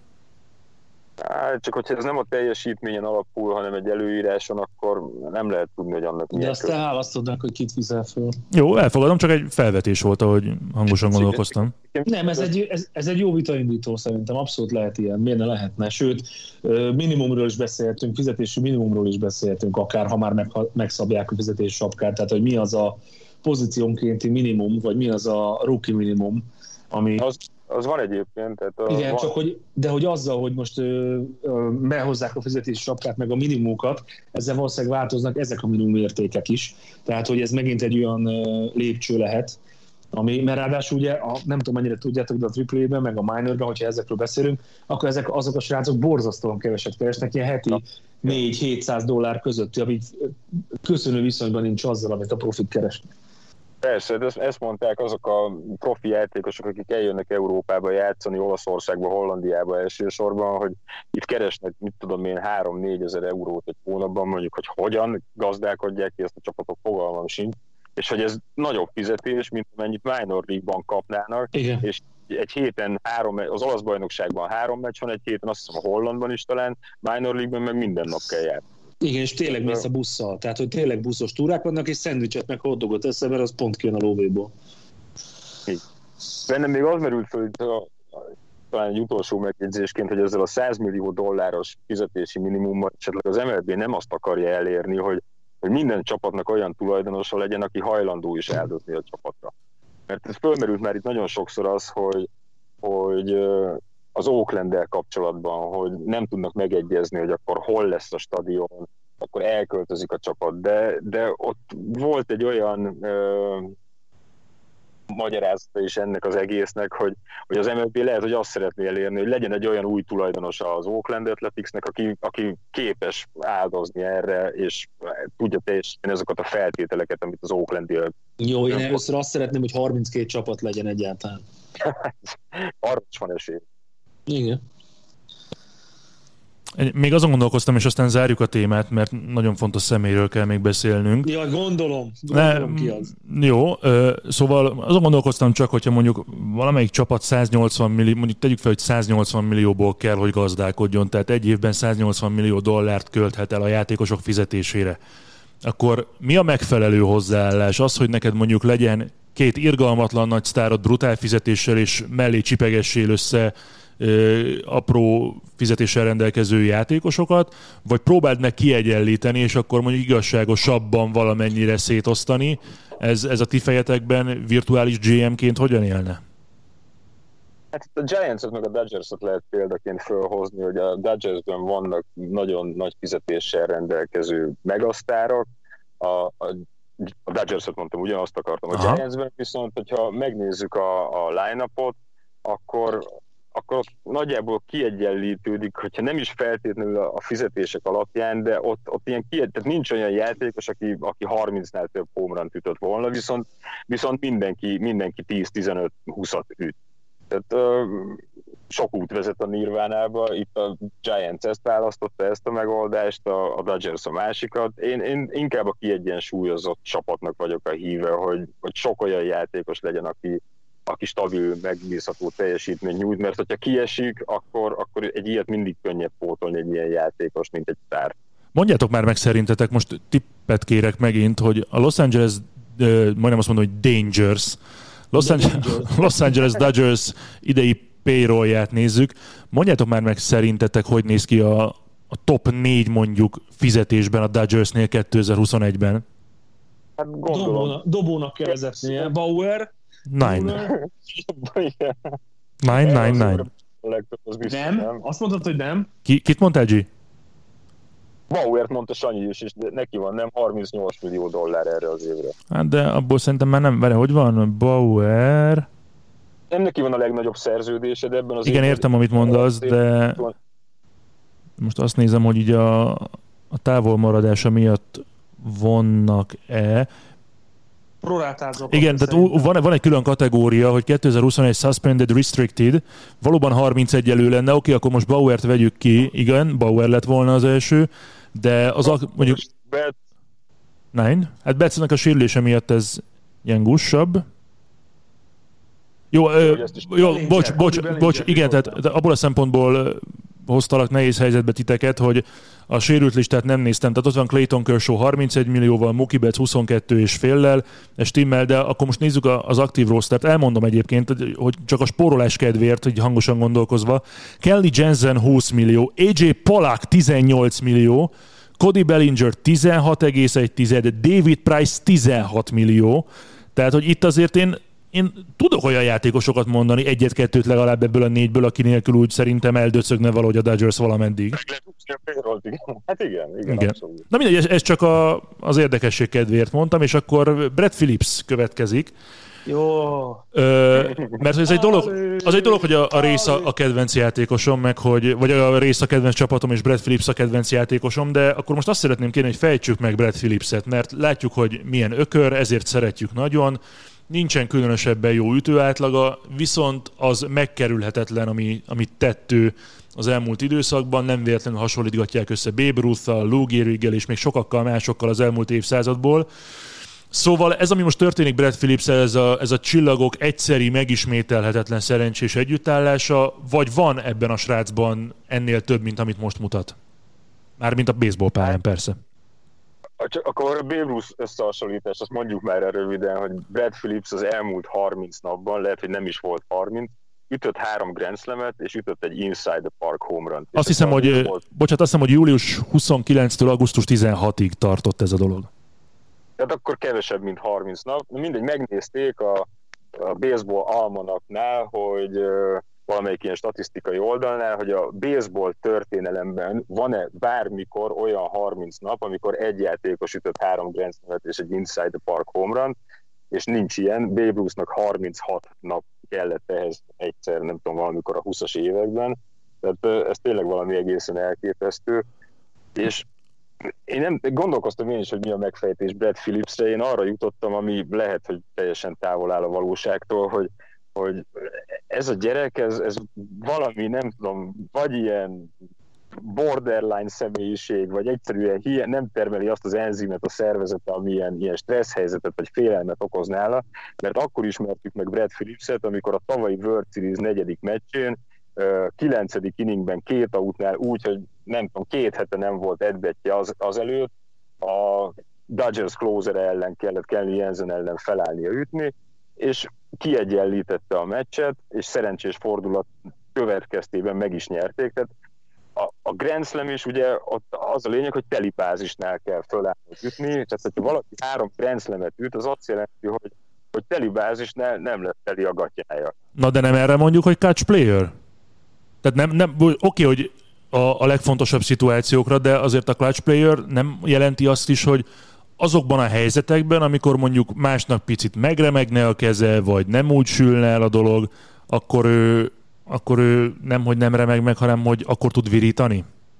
Hát, csak hogyha ez nem a teljesítményen alapul, hanem egy előíráson, akkor nem lehet tudni, hogy annak milyen. De azt te választod meg, hogy kit viszel föl. Jó, elfogadom, csak egy felvetés volt, ahogy hangosan gondolkoztam. Nem, ez egy, ez, ez egy jó vitaindító szerintem, abszolút lehet ilyen, miért ne lehetne. Sőt, minimumról is beszéltünk, fizetési minimumról is beszéltünk, akár ha már meg, megszabják a fizetési sapkát, tehát hogy mi az a pozíciónkénti minimum, vagy mi az a rookie minimum, ami... Az... Az van egyébként. Tehát a, igen, van... csak hogy, de hogy azzal, hogy most ö, ö, behozzák a fizetési sapkát, meg a minimumokat, ezzel valószínűleg változnak ezek a minimum értékek is. Tehát, hogy ez megint egy olyan ö, lépcső lehet, ami, mert ráadásul ugye, a, nem tudom mennyire tudjátok, de a triple A-ben, meg a minorban, hogyha ezekről beszélünk, akkor ezek, azok a srácok borzasztóan keveset keresnek, ilyen heti négy-hétszáz dollár között, ami köszönő viszonyban nincs azzal, amit a profik keresnek. Persze, de ezt mondták azok a profi játékosok, akik eljönnek Európába játszani, Olaszországba, Hollandiába elsősorban, hogy itt keresnek, mit tudom én, három-négy ezer eurót egy hónapban, mondjuk, hogy hogyan gazdálkodják ki ezt a csapatok, fogalmam sincs, és hogy ez nagyobb fizetés, mint amennyit minor league-ban kapnának, igen. És egy héten három, az olasz bajnokságban három meccs van, egy héten azt hiszem a Hollandban is talán, minor league-ben meg minden nap kell játszani. Igen, és tényleg mész a busszal. Tehát, hogy tényleg buszos túrák vannak, és szendvicset meg hotdogot eszem, mert az pont kijön a lóvéból. Bennem még az merült föl, talán egy utolsó megjegyzésként, hogy ezzel a száz millió dolláros fizetési minimummal esetleg az em el bé nem azt akarja elérni, hogy, hogy minden csapatnak olyan tulajdonosa legyen, aki hajlandó is áldozni a csapatra. Mert ez fölmerült már itt nagyon sokszor az, hogy, hogy az Oakland-del kapcsolatban, hogy nem tudnak megegyezni, hogy akkor hol lesz a stadion, akkor elköltözik a csapat, de, de ott volt egy olyan ö, magyarázata is ennek az egésznek, hogy, hogy az em el bé lehet, hogy azt szeretné elérni, hogy legyen egy olyan új tulajdonosa az Oakland Athleticsnek, aki, aki képes áldozni erre, és tudja teljesíteni azokat a feltételeket, amit az Oakland-él. Jó, én először azt szeretném, hogy harminckét csapat legyen egyáltalán. Arra is van esély. Igen. Még azon gondolkoztam, és aztán zárjuk a témát, mert nagyon fontos személyről kell még beszélnünk. Ja, gondolom. Gondolom ne, ki az. Jó, szóval azon gondolkoztam csak, hogyha mondjuk valamelyik csapat száznyolcvan millió, mondjuk tegyük fel, hogy száznyolcvan millióból kell, hogy gazdálkodjon, tehát egy évben száznyolcvan millió dollárt költhet el a játékosok fizetésére. Akkor mi a megfelelő hozzáállás? Az, hogy neked mondjuk legyen két irgalmatlan nagy sztárod brutál fizetéssel, és mellé csipegessél össze Ö, apró fizetéssel rendelkező játékosokat, vagy próbáld meg kiegyenlíteni, és akkor mondjuk igazságosabban valamennyire szétosztani. Ez, ez a ti fejetekben virtuális gé em-ként hogyan élne? Hát a Giants-ot meg a Dodgers-ot lehet példaként felhozni, hogy a Dodgersben vannak nagyon nagy fizetéssel rendelkező megasztárok, a, a, a Dodgers-ot mondtam, ugyanazt akartam. A Aha. Giants-ben viszont, hogyha megnézzük a, a line-upot, akkor akkor nagyjából kiegyenlítődik, hogyha nem is feltétlenül a fizetések alapján, de ott, ott ilyen kieg... tehát nincs olyan játékos, aki, aki harmincnál több home runt ütött volna, viszont, viszont mindenki, mindenki tíz-tizenöt-húszat üt. Tehát ö, sok út vezet a Nirvánába, itt a Giants ezt választotta, ezt a megoldást, a, a Dodgers a másikat. Én, én inkább a kiegyensúlyozott csapatnak vagyok a híve, hogy, hogy sok olyan játékos legyen, aki aki stabil, megbízható teljesítményt nyújt, mert hogyha kiesik, akkor, akkor egy ilyet mindig könnyebb pótolni egy ilyen játékos, mint egy sztár. Mondjátok már meg szerintetek, most tippet kérek megint, hogy a Los Angeles, majdnem azt mondom, hogy Dangers, Los, Angeles, Los Angeles Dodgers idei payrollját nézzük. Mondjátok már meg szerintetek, hogy néz ki a, a top négy mondjuk fizetésben a Dodgersnél kétezer-huszonegyben? Hát gondolom. Dobónak, dobónak kell vezetnie. Bauer, Nine. Nine, nine, nine. Nem? Azt mondtad, hogy nem? Ki, kit mondtál, G? Bauert mondta Sanyi is, és neki van nem harmincnyolc millió dollár erre az évre. Hát de abból szerintem már nem, vele, hogy van? Bauer... Nem neki van a legnagyobb szerződése, de ebben az igen, értem, amit mondasz, de most azt nézem, hogy így a, a távolmaradása miatt vonnak-e. Igen, tehát van, van egy külön kategória, hogy kétezer-huszonegy Suspended Restricted, valóban harmincegy elő lenne, oké, akkor most Bauert vegyük ki, igen, Bauer lett volna az első, de az a, mondjuk... Nein, hát Betsznek a sérülése miatt ez ilyen gussabb. Jó, ö, jó bocs, bocs, bocs, igen, tehát abból a szempontból hoztalak nehéz helyzetbe titeket, hogy a sérült listát nem néztem, tehát ott van Clayton Kershaw harmincegy millióval, Mookie Betts huszonkettő és féllel, ez stimmel, de akkor most nézzük az aktív rostert, elmondom egyébként, hogy csak a spórolás kedvéért, hogy hangosan gondolkozva, Kenley Jansen húsz millió, á jé Pollock tizennyolc millió, Cody Bellinger tizenhat egész egy, David Price tizenhat millió, tehát hogy itt azért én Én tudok olyan játékosokat mondani, egyet-kettőt legalább ebből a négyből, aki nélkül úgy szerintem eldöcögne valahogy a Dodgers valameddig. Hát igen, igen, igen. Abszolút. Na mindegy, ez, ez csak a, az érdekesség kedvéért mondtam, és akkor Brett Phillips következik. Jó. Ö, mert ez egy dolog, az egy dolog, hogy a, a rész a, a kedvenc játékosom, meg hogy, vagy a rész a kedvenc csapatom, és Brett Phillips a kedvenc játékosom, de akkor most azt szeretném kérni, hogy fejtsük meg Brett Phillipset, mert látjuk, hogy milyen ökör, ezért szeretjük nagyon. Nincsen különösebben jó ütőátlaga, viszont az megkerülhetetlen, ami, amit tett ő az elmúlt időszakban, nem véletlenül hasonlítgatják össze Babe Ruth-tal, Lou Gehriggel és még sokakkal másokkal az elmúlt évszázadból. Szóval ez, ami most történik Brett Phillips, ez a, ez a csillagok egyszeri, megismételhetetlen szerencsés együttállása, vagy van ebben a srácban ennél több, mint amit most mutat? Mármint a baseball pályán, persze. Akkor a Babe Ruth összehasonlítás, azt mondjuk már el röviden, hogy Brett Phillips az elmúlt harminc napban, lehet, hogy nem is volt harminc, ütött három Grand Slamet, és ütött egy Inside the Park home run. Azt hiszem, hogy, volt... bocsánat, azt hiszem, hogy július huszonkilencedikétől augusztus tizenhatodikáig tartott ez a dolog. Tehát akkor kevesebb, mint harminc nap. Mindegy, megnézték a, a baseball almanaknál, hogy uh, valamelyik ilyen statisztikai oldalnál, hogy a baseball történelemben van-e bármikor olyan harminc nap, amikor egy játékos ütött három Grand Slamet és egy Inside the Park home run, és nincs ilyen. Babe Ruthnak harminchat nap kellett ehhez egyszer, nem tudom, valamikor a huszas években. Tehát ez tényleg valami egészen elképesztő. És én nem gondolkoztam én is, hogy mi a megfejtés Brett Phillipsre. Én arra jutottam, ami lehet, hogy teljesen távol áll a valóságtól, hogy, hogy ez a gyerek, ez, ez valami, nem tudom, vagy ilyen borderline személyiség, vagy egyszerűen hiány, nem termeli azt az enzimet a szervezete, ami ilyen, ilyen stressz helyzetet, vagy félelmet okoz nála, mert akkor ismertük meg Brett Phillipset, amikor a tavalyi World Series negyedik meccsén, kilencedik inningben két outnál úgy, hogy nem tudom, két hete nem volt edbetje az, az előtt, a Dodgers closer ellen kellett Kenley Jansen ellen felállnia ütni, és kiegyenlítette a meccset, és szerencsés fordulat következtében meg is nyerték. Tehát a, a Grand Slam is ugye ott az a lényeg, hogy telipázisnál kell felállni ütni, tehát hogyha valaki három Grand Slamet üt, az azt jelenti, hogy, hogy telibázisnál nem lesz teli a gatyája. Na de nem erre mondjuk, hogy catch player? Tehát nem, nem oké, okay, hogy a, a legfontosabb szituációkra, de azért a clutch player nem jelenti azt is, hogy azokban a helyzetekben, amikor mondjuk másnak picit megremegne a keze, vagy nem úgy sülne el a dolog, akkor ő, akkor ő nem, hogy nem remeg meg, hanem hogy akkor tud virítani?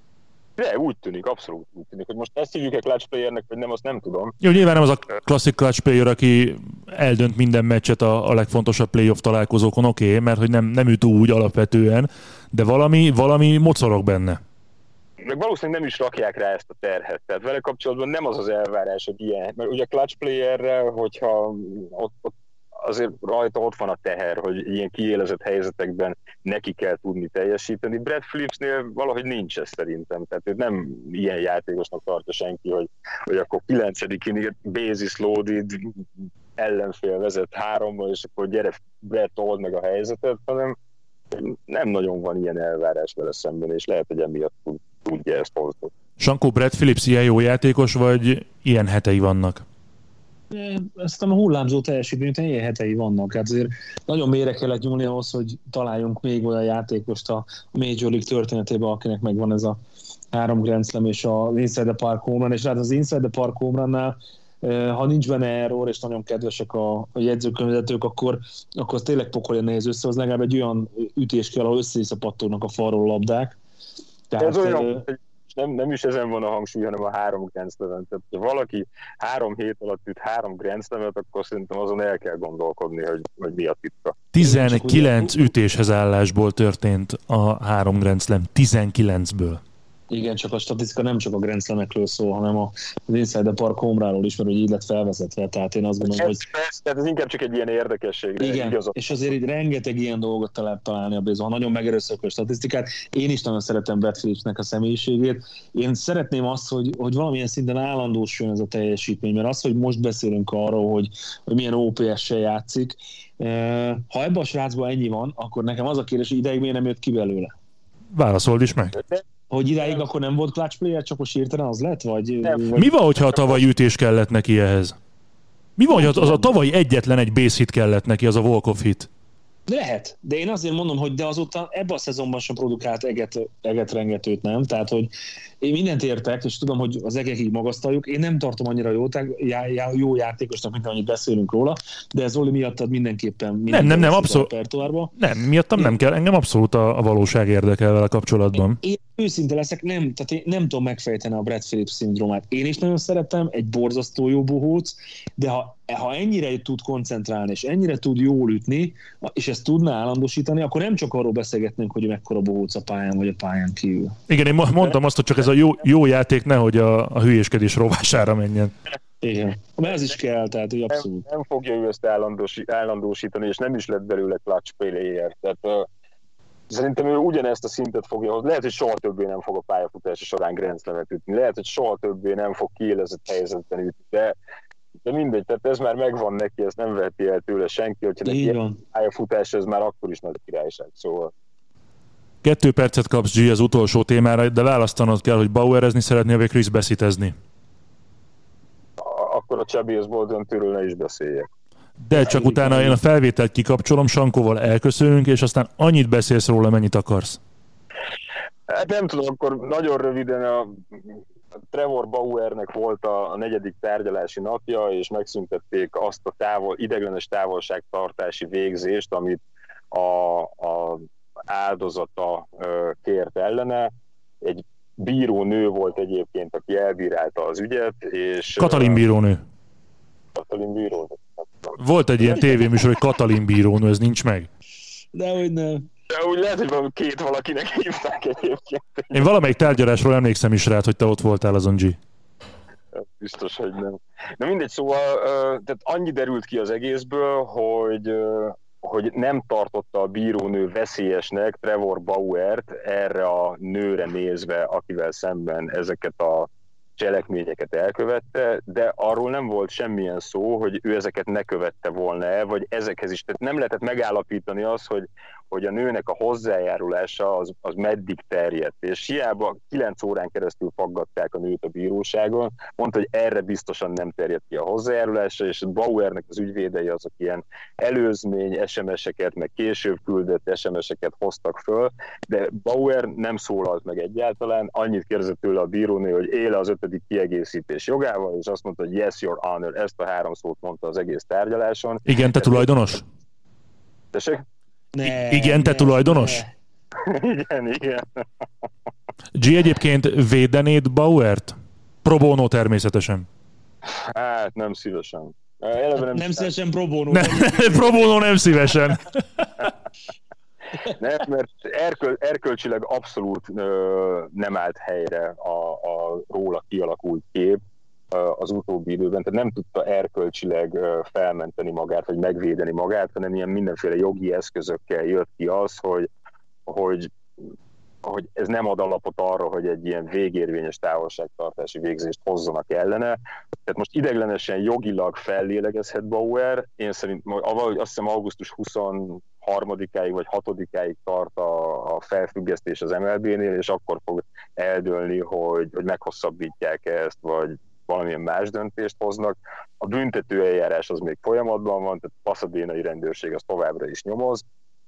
De úgy tűnik, abszolút úgy tűnik, hogy most ezt hívjuk-e clutch playernek, vagy nem, azt nem tudom. Jó, nyilván nem az a klasszik clutch player, aki eldönt minden meccset a, a legfontosabb playoff találkozókon, oké, okay, mert hogy nem, nem üt úgy alapvetően, de valami, valami mocorog benne. Meg valószínűleg nem is rakják rá ezt a terhet. Tehát vele kapcsolatban nem az az elvárás, hogy ilyen, mert ugye a clutch playerre, hogyha ott, ott azért rajta ott van a teher, hogy ilyen kiélezett helyzetekben neki kell tudni teljesíteni. Brett Phillipsnél valahogy nincs ez szerintem. Tehát ő nem ilyen játékosnak tartja senki, hogy, hogy akkor kilencedikén bases loaded, ellenfél vezet hárommal, és akkor gyere, Brett, old meg a helyzetet, hanem nem nagyon van ilyen elvárás vele szemben, és lehet, hogy emiatt tudja ezt hozni. Sankó, Brett Phillips ilyen jó játékos, vagy ilyen hetei vannak? Ezt a hullámzó teljesítmény, hogy ilyen hetei vannak. Hát azért nagyon mélyre kellett nyúlni ahhoz, hogy találjunk még olyan játékost a Major League történetében, akinek megvan ez a három Grand Slam és az Inside the Park home run, és hát az Inside the Park home runnál, ha nincs benne error, és nagyon kedvesek a, a jegyzőkönyvezetők, akkor, akkor tényleg pokolja nehéz összehoz, legalább egy olyan ütés kell, ahol össze-vissza pattognak a falról labdák. Tehát, ez olyan, hogy nem, nem is ezen van a hangsúly, hanem a három Grand Slam-en. Tehát, ha valaki három hét alatt üt három Grand Slam-et, akkor szerintem azon el kell gondolkodni, hogy, hogy mi a titka. tizenkilenc ütéshez állásból történt a három Grand Slam. tizenkilencből. Igen, csak a statisztika nem csak a Grand Slam-ekről szól, hanem az Inside the Park home run-ról is, mert hogy így lett felvezetve, tehát én azt gondolom, ez, hogy... Ez, tehát ez inkább csak egy ilyen érdekesség. Igen, igazad. És azért így rengeteg ilyen dolgot lehet találni a bézban, ha nagyon megerőszakol a statisztikát. Én is nagyon szeretem Brad Phillipsnek a személyiségét. Én szeretném azt, hogy, hogy valamilyen szinten állandósuljon ez a teljesítmény, mert az, hogy most beszélünk arról, hogy, hogy milyen o pé es-sel játszik, ha ebben a srácban ennyi van, akkor nekem az a kérdés, hogy ideig miért nem jött ki belőle. Válaszold is meg. Hogy idáig akkor nem volt clutch player, csak most hirtelen az lett? Vagy, vagy... Mi van, hogyha a tavalyi ütés kellett neki ehhez? Mi van, hogy az a tavalyi egyetlen egy base hit kellett neki, az a walk-off hit? Lehet, de én azért mondom, hogy de azóta ebben a szezonban sem produkált eget, eget rengetőt, nem? Tehát, hogy én mindent értek, és tudom, hogy az egekig magasztaljuk. Én nem tartom annyira jó, já, já, jó játékosnak, mint annyit beszélünk róla, de ez Zoli miattad mindenképpen nem, nem, nem, abszolút. Nem, miattam nem kell, engem abszolút a, a valóság érdekel vele kapcsolatban. Én, én őszinte leszek, nem, tehát én nem tudom megfejteni a Brad Phillips szindrómát. Én is nagyon szeretem, egy borzasztó jó bohóc, de ha, ha ennyire tud koncentrálni, és ennyire tud jól ütni, és ezt tudná állandósítani, akkor nem csak arról beszélgetnénk, hogy mekkora bohóc a pályán, vagy a pályán kívül. Igen, én mondtam azt, hogy csak ez a jó, jó játék nehogy a, a hülyéskedés rovására menjen. Igen, mert ez is kell, tehát hogy abszolút. Nem, nem fogja ő ezt állandósítani, és nem is lett belőle clutch player. Tehát uh, szerintem ő ugyanezt a szintet fogja hozni. Lehet, hogy soha többé nem fog a pályafutása során Grand Slam-et ütni. Lehet, hogy soha többé nem fog kiélezett helyzetben ütni. De, de mindegy, tehát ez már megvan neki, ezt nem veheti el tőle senki, hogyha neki pályafutása, ez már akkor is nagy királyság. Szóval. Kettő percet kapsz, G, az utolsó témára, de választanod kell, hogy Bauerezni szeretnél, vagy Chris Bassitezni. Akkor a Chubby Baseball döntőről ne is beszéljek. De csak utána én a felvételt kikapcsolom, Sankóval elköszönünk, és aztán annyit beszélsz róla, mennyit akarsz. Hát nem tudom, akkor nagyon röviden a Trevor Bauernek volt a negyedik tárgyalási napja, és megszüntették azt a távol, ideglenes távolságtartási végzést, amit a, a áldozata kért ellene. Egy bírónő volt egyébként, aki elbírálta az ügyet, és... Katalin bírónő. Katalin bírónő. Volt egy ilyen tévéműsor, hogy Katalin bírónő, ez nincs meg. Dehogy nem. De úgy lehet, hogy két valakinek hívták egyébként. Én valamelyik tárgyalásról emlékszem is rád, hogy te ott voltál azon, G. Biztos, hogy nem. Na mindegy, szóval tehát annyi derült ki az egészből, hogy, hogy nem tartotta a bírónő veszélyesnek Trevor Bauert erre a nőre nézve, akivel szemben ezeket a cselekményeket elkövette, de arról nem volt semmilyen szó, hogy ő ezeket ne követte volna el, vagy ezekhez is. Tehát nem lehetett megállapítani azt, hogy, hogy a nőnek a hozzájárulása az, az meddig terjedt. És hiába kilenc órán keresztül faggatták a nőt a bíróságon, mondta, hogy erre biztosan nem terjedt ki a hozzájárulása, és Bauernek az ügyvédei azok ilyen előzmény es em es-eket, meg később küldött es em es-eket hoztak föl, de Bauer nem szólalt meg egyáltalán, annyit kérdezett tőle a bírónő, hogy éle az ötödik kiegészítés jogával, és azt mondta, hogy yes, your honor, ezt a három szót mondta az egész tárgyaláson. Igen, te tulajdonos? Tessék? Ne, igen, te ne, tulajdonos? Ne. Igen, igen. G, egyébként védenéd Bauert? Pro bono természetesen. Hát nem szívesen. Eleve nem, nem szívesen pro bono. Ne, pro bono nem szívesen. Nem, mert erköl, erkölcsileg abszolút ö, nem állt helyre a, a róla kialakult kép ö, az utóbbi időben, tehát nem tudta erkölcsileg ö, felmenteni magát, vagy megvédeni magát, hanem ilyen mindenféle jogi eszközökkel jött ki az, hogy, hogy, hogy ez nem ad alapot arra, hogy egy ilyen végérvényes távolságtartási végzést hozzanak ellene. Tehát most ideglenesen jogilag fellélegezhet Bauer, én szerint azt hiszem augusztus huszonharmadikáig vagy hatodikáig tart a, a felfüggesztés az em el bé-nél, és akkor fog eldőlni, hogy, hogy meghosszabbítják ezt, vagy valamilyen más döntést hoznak. A büntető eljárás az még folyamatban van, tehát a pasadénai rendőrség az továbbra is nyomoz,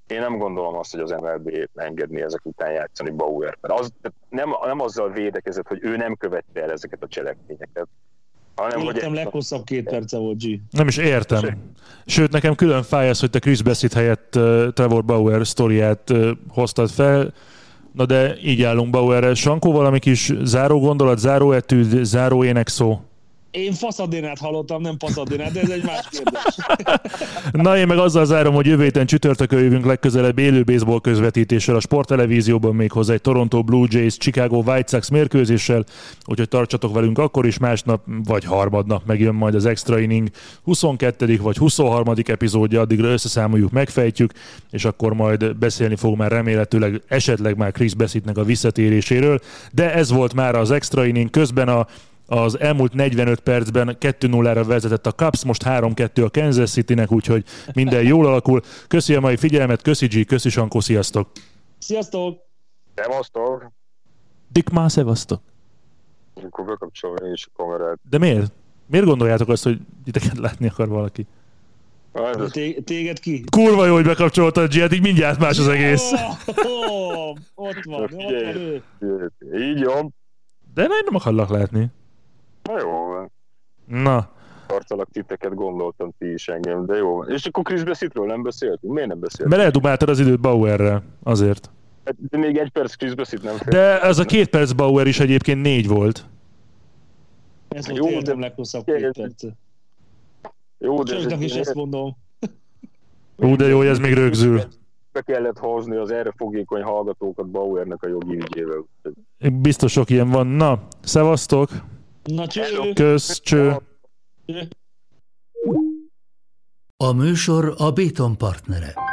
én nem gondolom azt, hogy az em el bé engedni ezek után játszani Bauer. Az, nem, nem azzal védekezett, hogy ő nem követte el ezeket a cselekményeket. Hanem, Életem hogy leghosszabb két perce volt, G. Nem is értem. Sőt, nekem külön fáj az, hogy te Chris Bassett helyett uh, Trevor Bauer sztoriát uh, hoztad fel. Na de így állunk Bauerrel. Sankó, valami kis záró gondolat, záró etűd, záró énekszó? Én faszadénát hallottam, nem passzadénát, de ez egy más kérdés. Na, én meg azzal zárom, hogy jövő héten csütörtökön jövünk legközelebb élő baseball közvetítéssel a sporttelevízióban, még hozzá egy Toronto Blue Jays, Chicago White Sox mérkőzéssel, úgyhogy tartsatok velünk akkor is, másnap vagy harmadnap megjön majd az Extra Inning huszonkettedik vagy huszonharmadik epizódja, addigra összeszámoljuk, megfejtjük, és akkor majd beszélni fog már remélhetőleg esetleg már Chris Bassettnek a visszatéréséről, de ez volt már az Extra Inning, közben a Az elmúlt negyvenöt percben kettő nullára vezetett a Cubs, most három kettő a Kansas Citynek, úgyhogy minden jól alakul. Köszi a mai figyelmet, köszi G, köszi Sankó, sziasztok! Sziasztok! szevasztok! Dik már szevasztok! Akkor bekapcsolom én is a kamerát. De miért? Miért gondoljátok azt, hogy titeket látni akar valaki? Hát, Té- téged ki? Kurva jó, hogy bekapcsoltad G, hát így mindjárt más az egész. Oh, oh, ott van, ott van ő. így jó. De nem, nem akarlak látni. Na jó van. Na. Tartalak titeket, gondoltam ti is engem, de jó van. És akkor Chris Bassittről nem beszéltünk? Miért nem beszéltünk? Mert eldumáltad az időt Bauerrel, azért. De még egy perc Chris Bassitt nem fél. De az a két perc Bauer is egyébként négy volt. Ez volt Jó, életem de- leghosszabb két perce. Jó, de Csajnak is ez, ezt mondom. Ú, de jó, hogy ez még rögzül. be kellett hozni az erre fogékony hallgatókat Bauernek a jogi ügyével. Biztos sok ilyen van. Na, szevasztok! Na cső! Kösz, cső! Cső. A műsor a Béton partnere.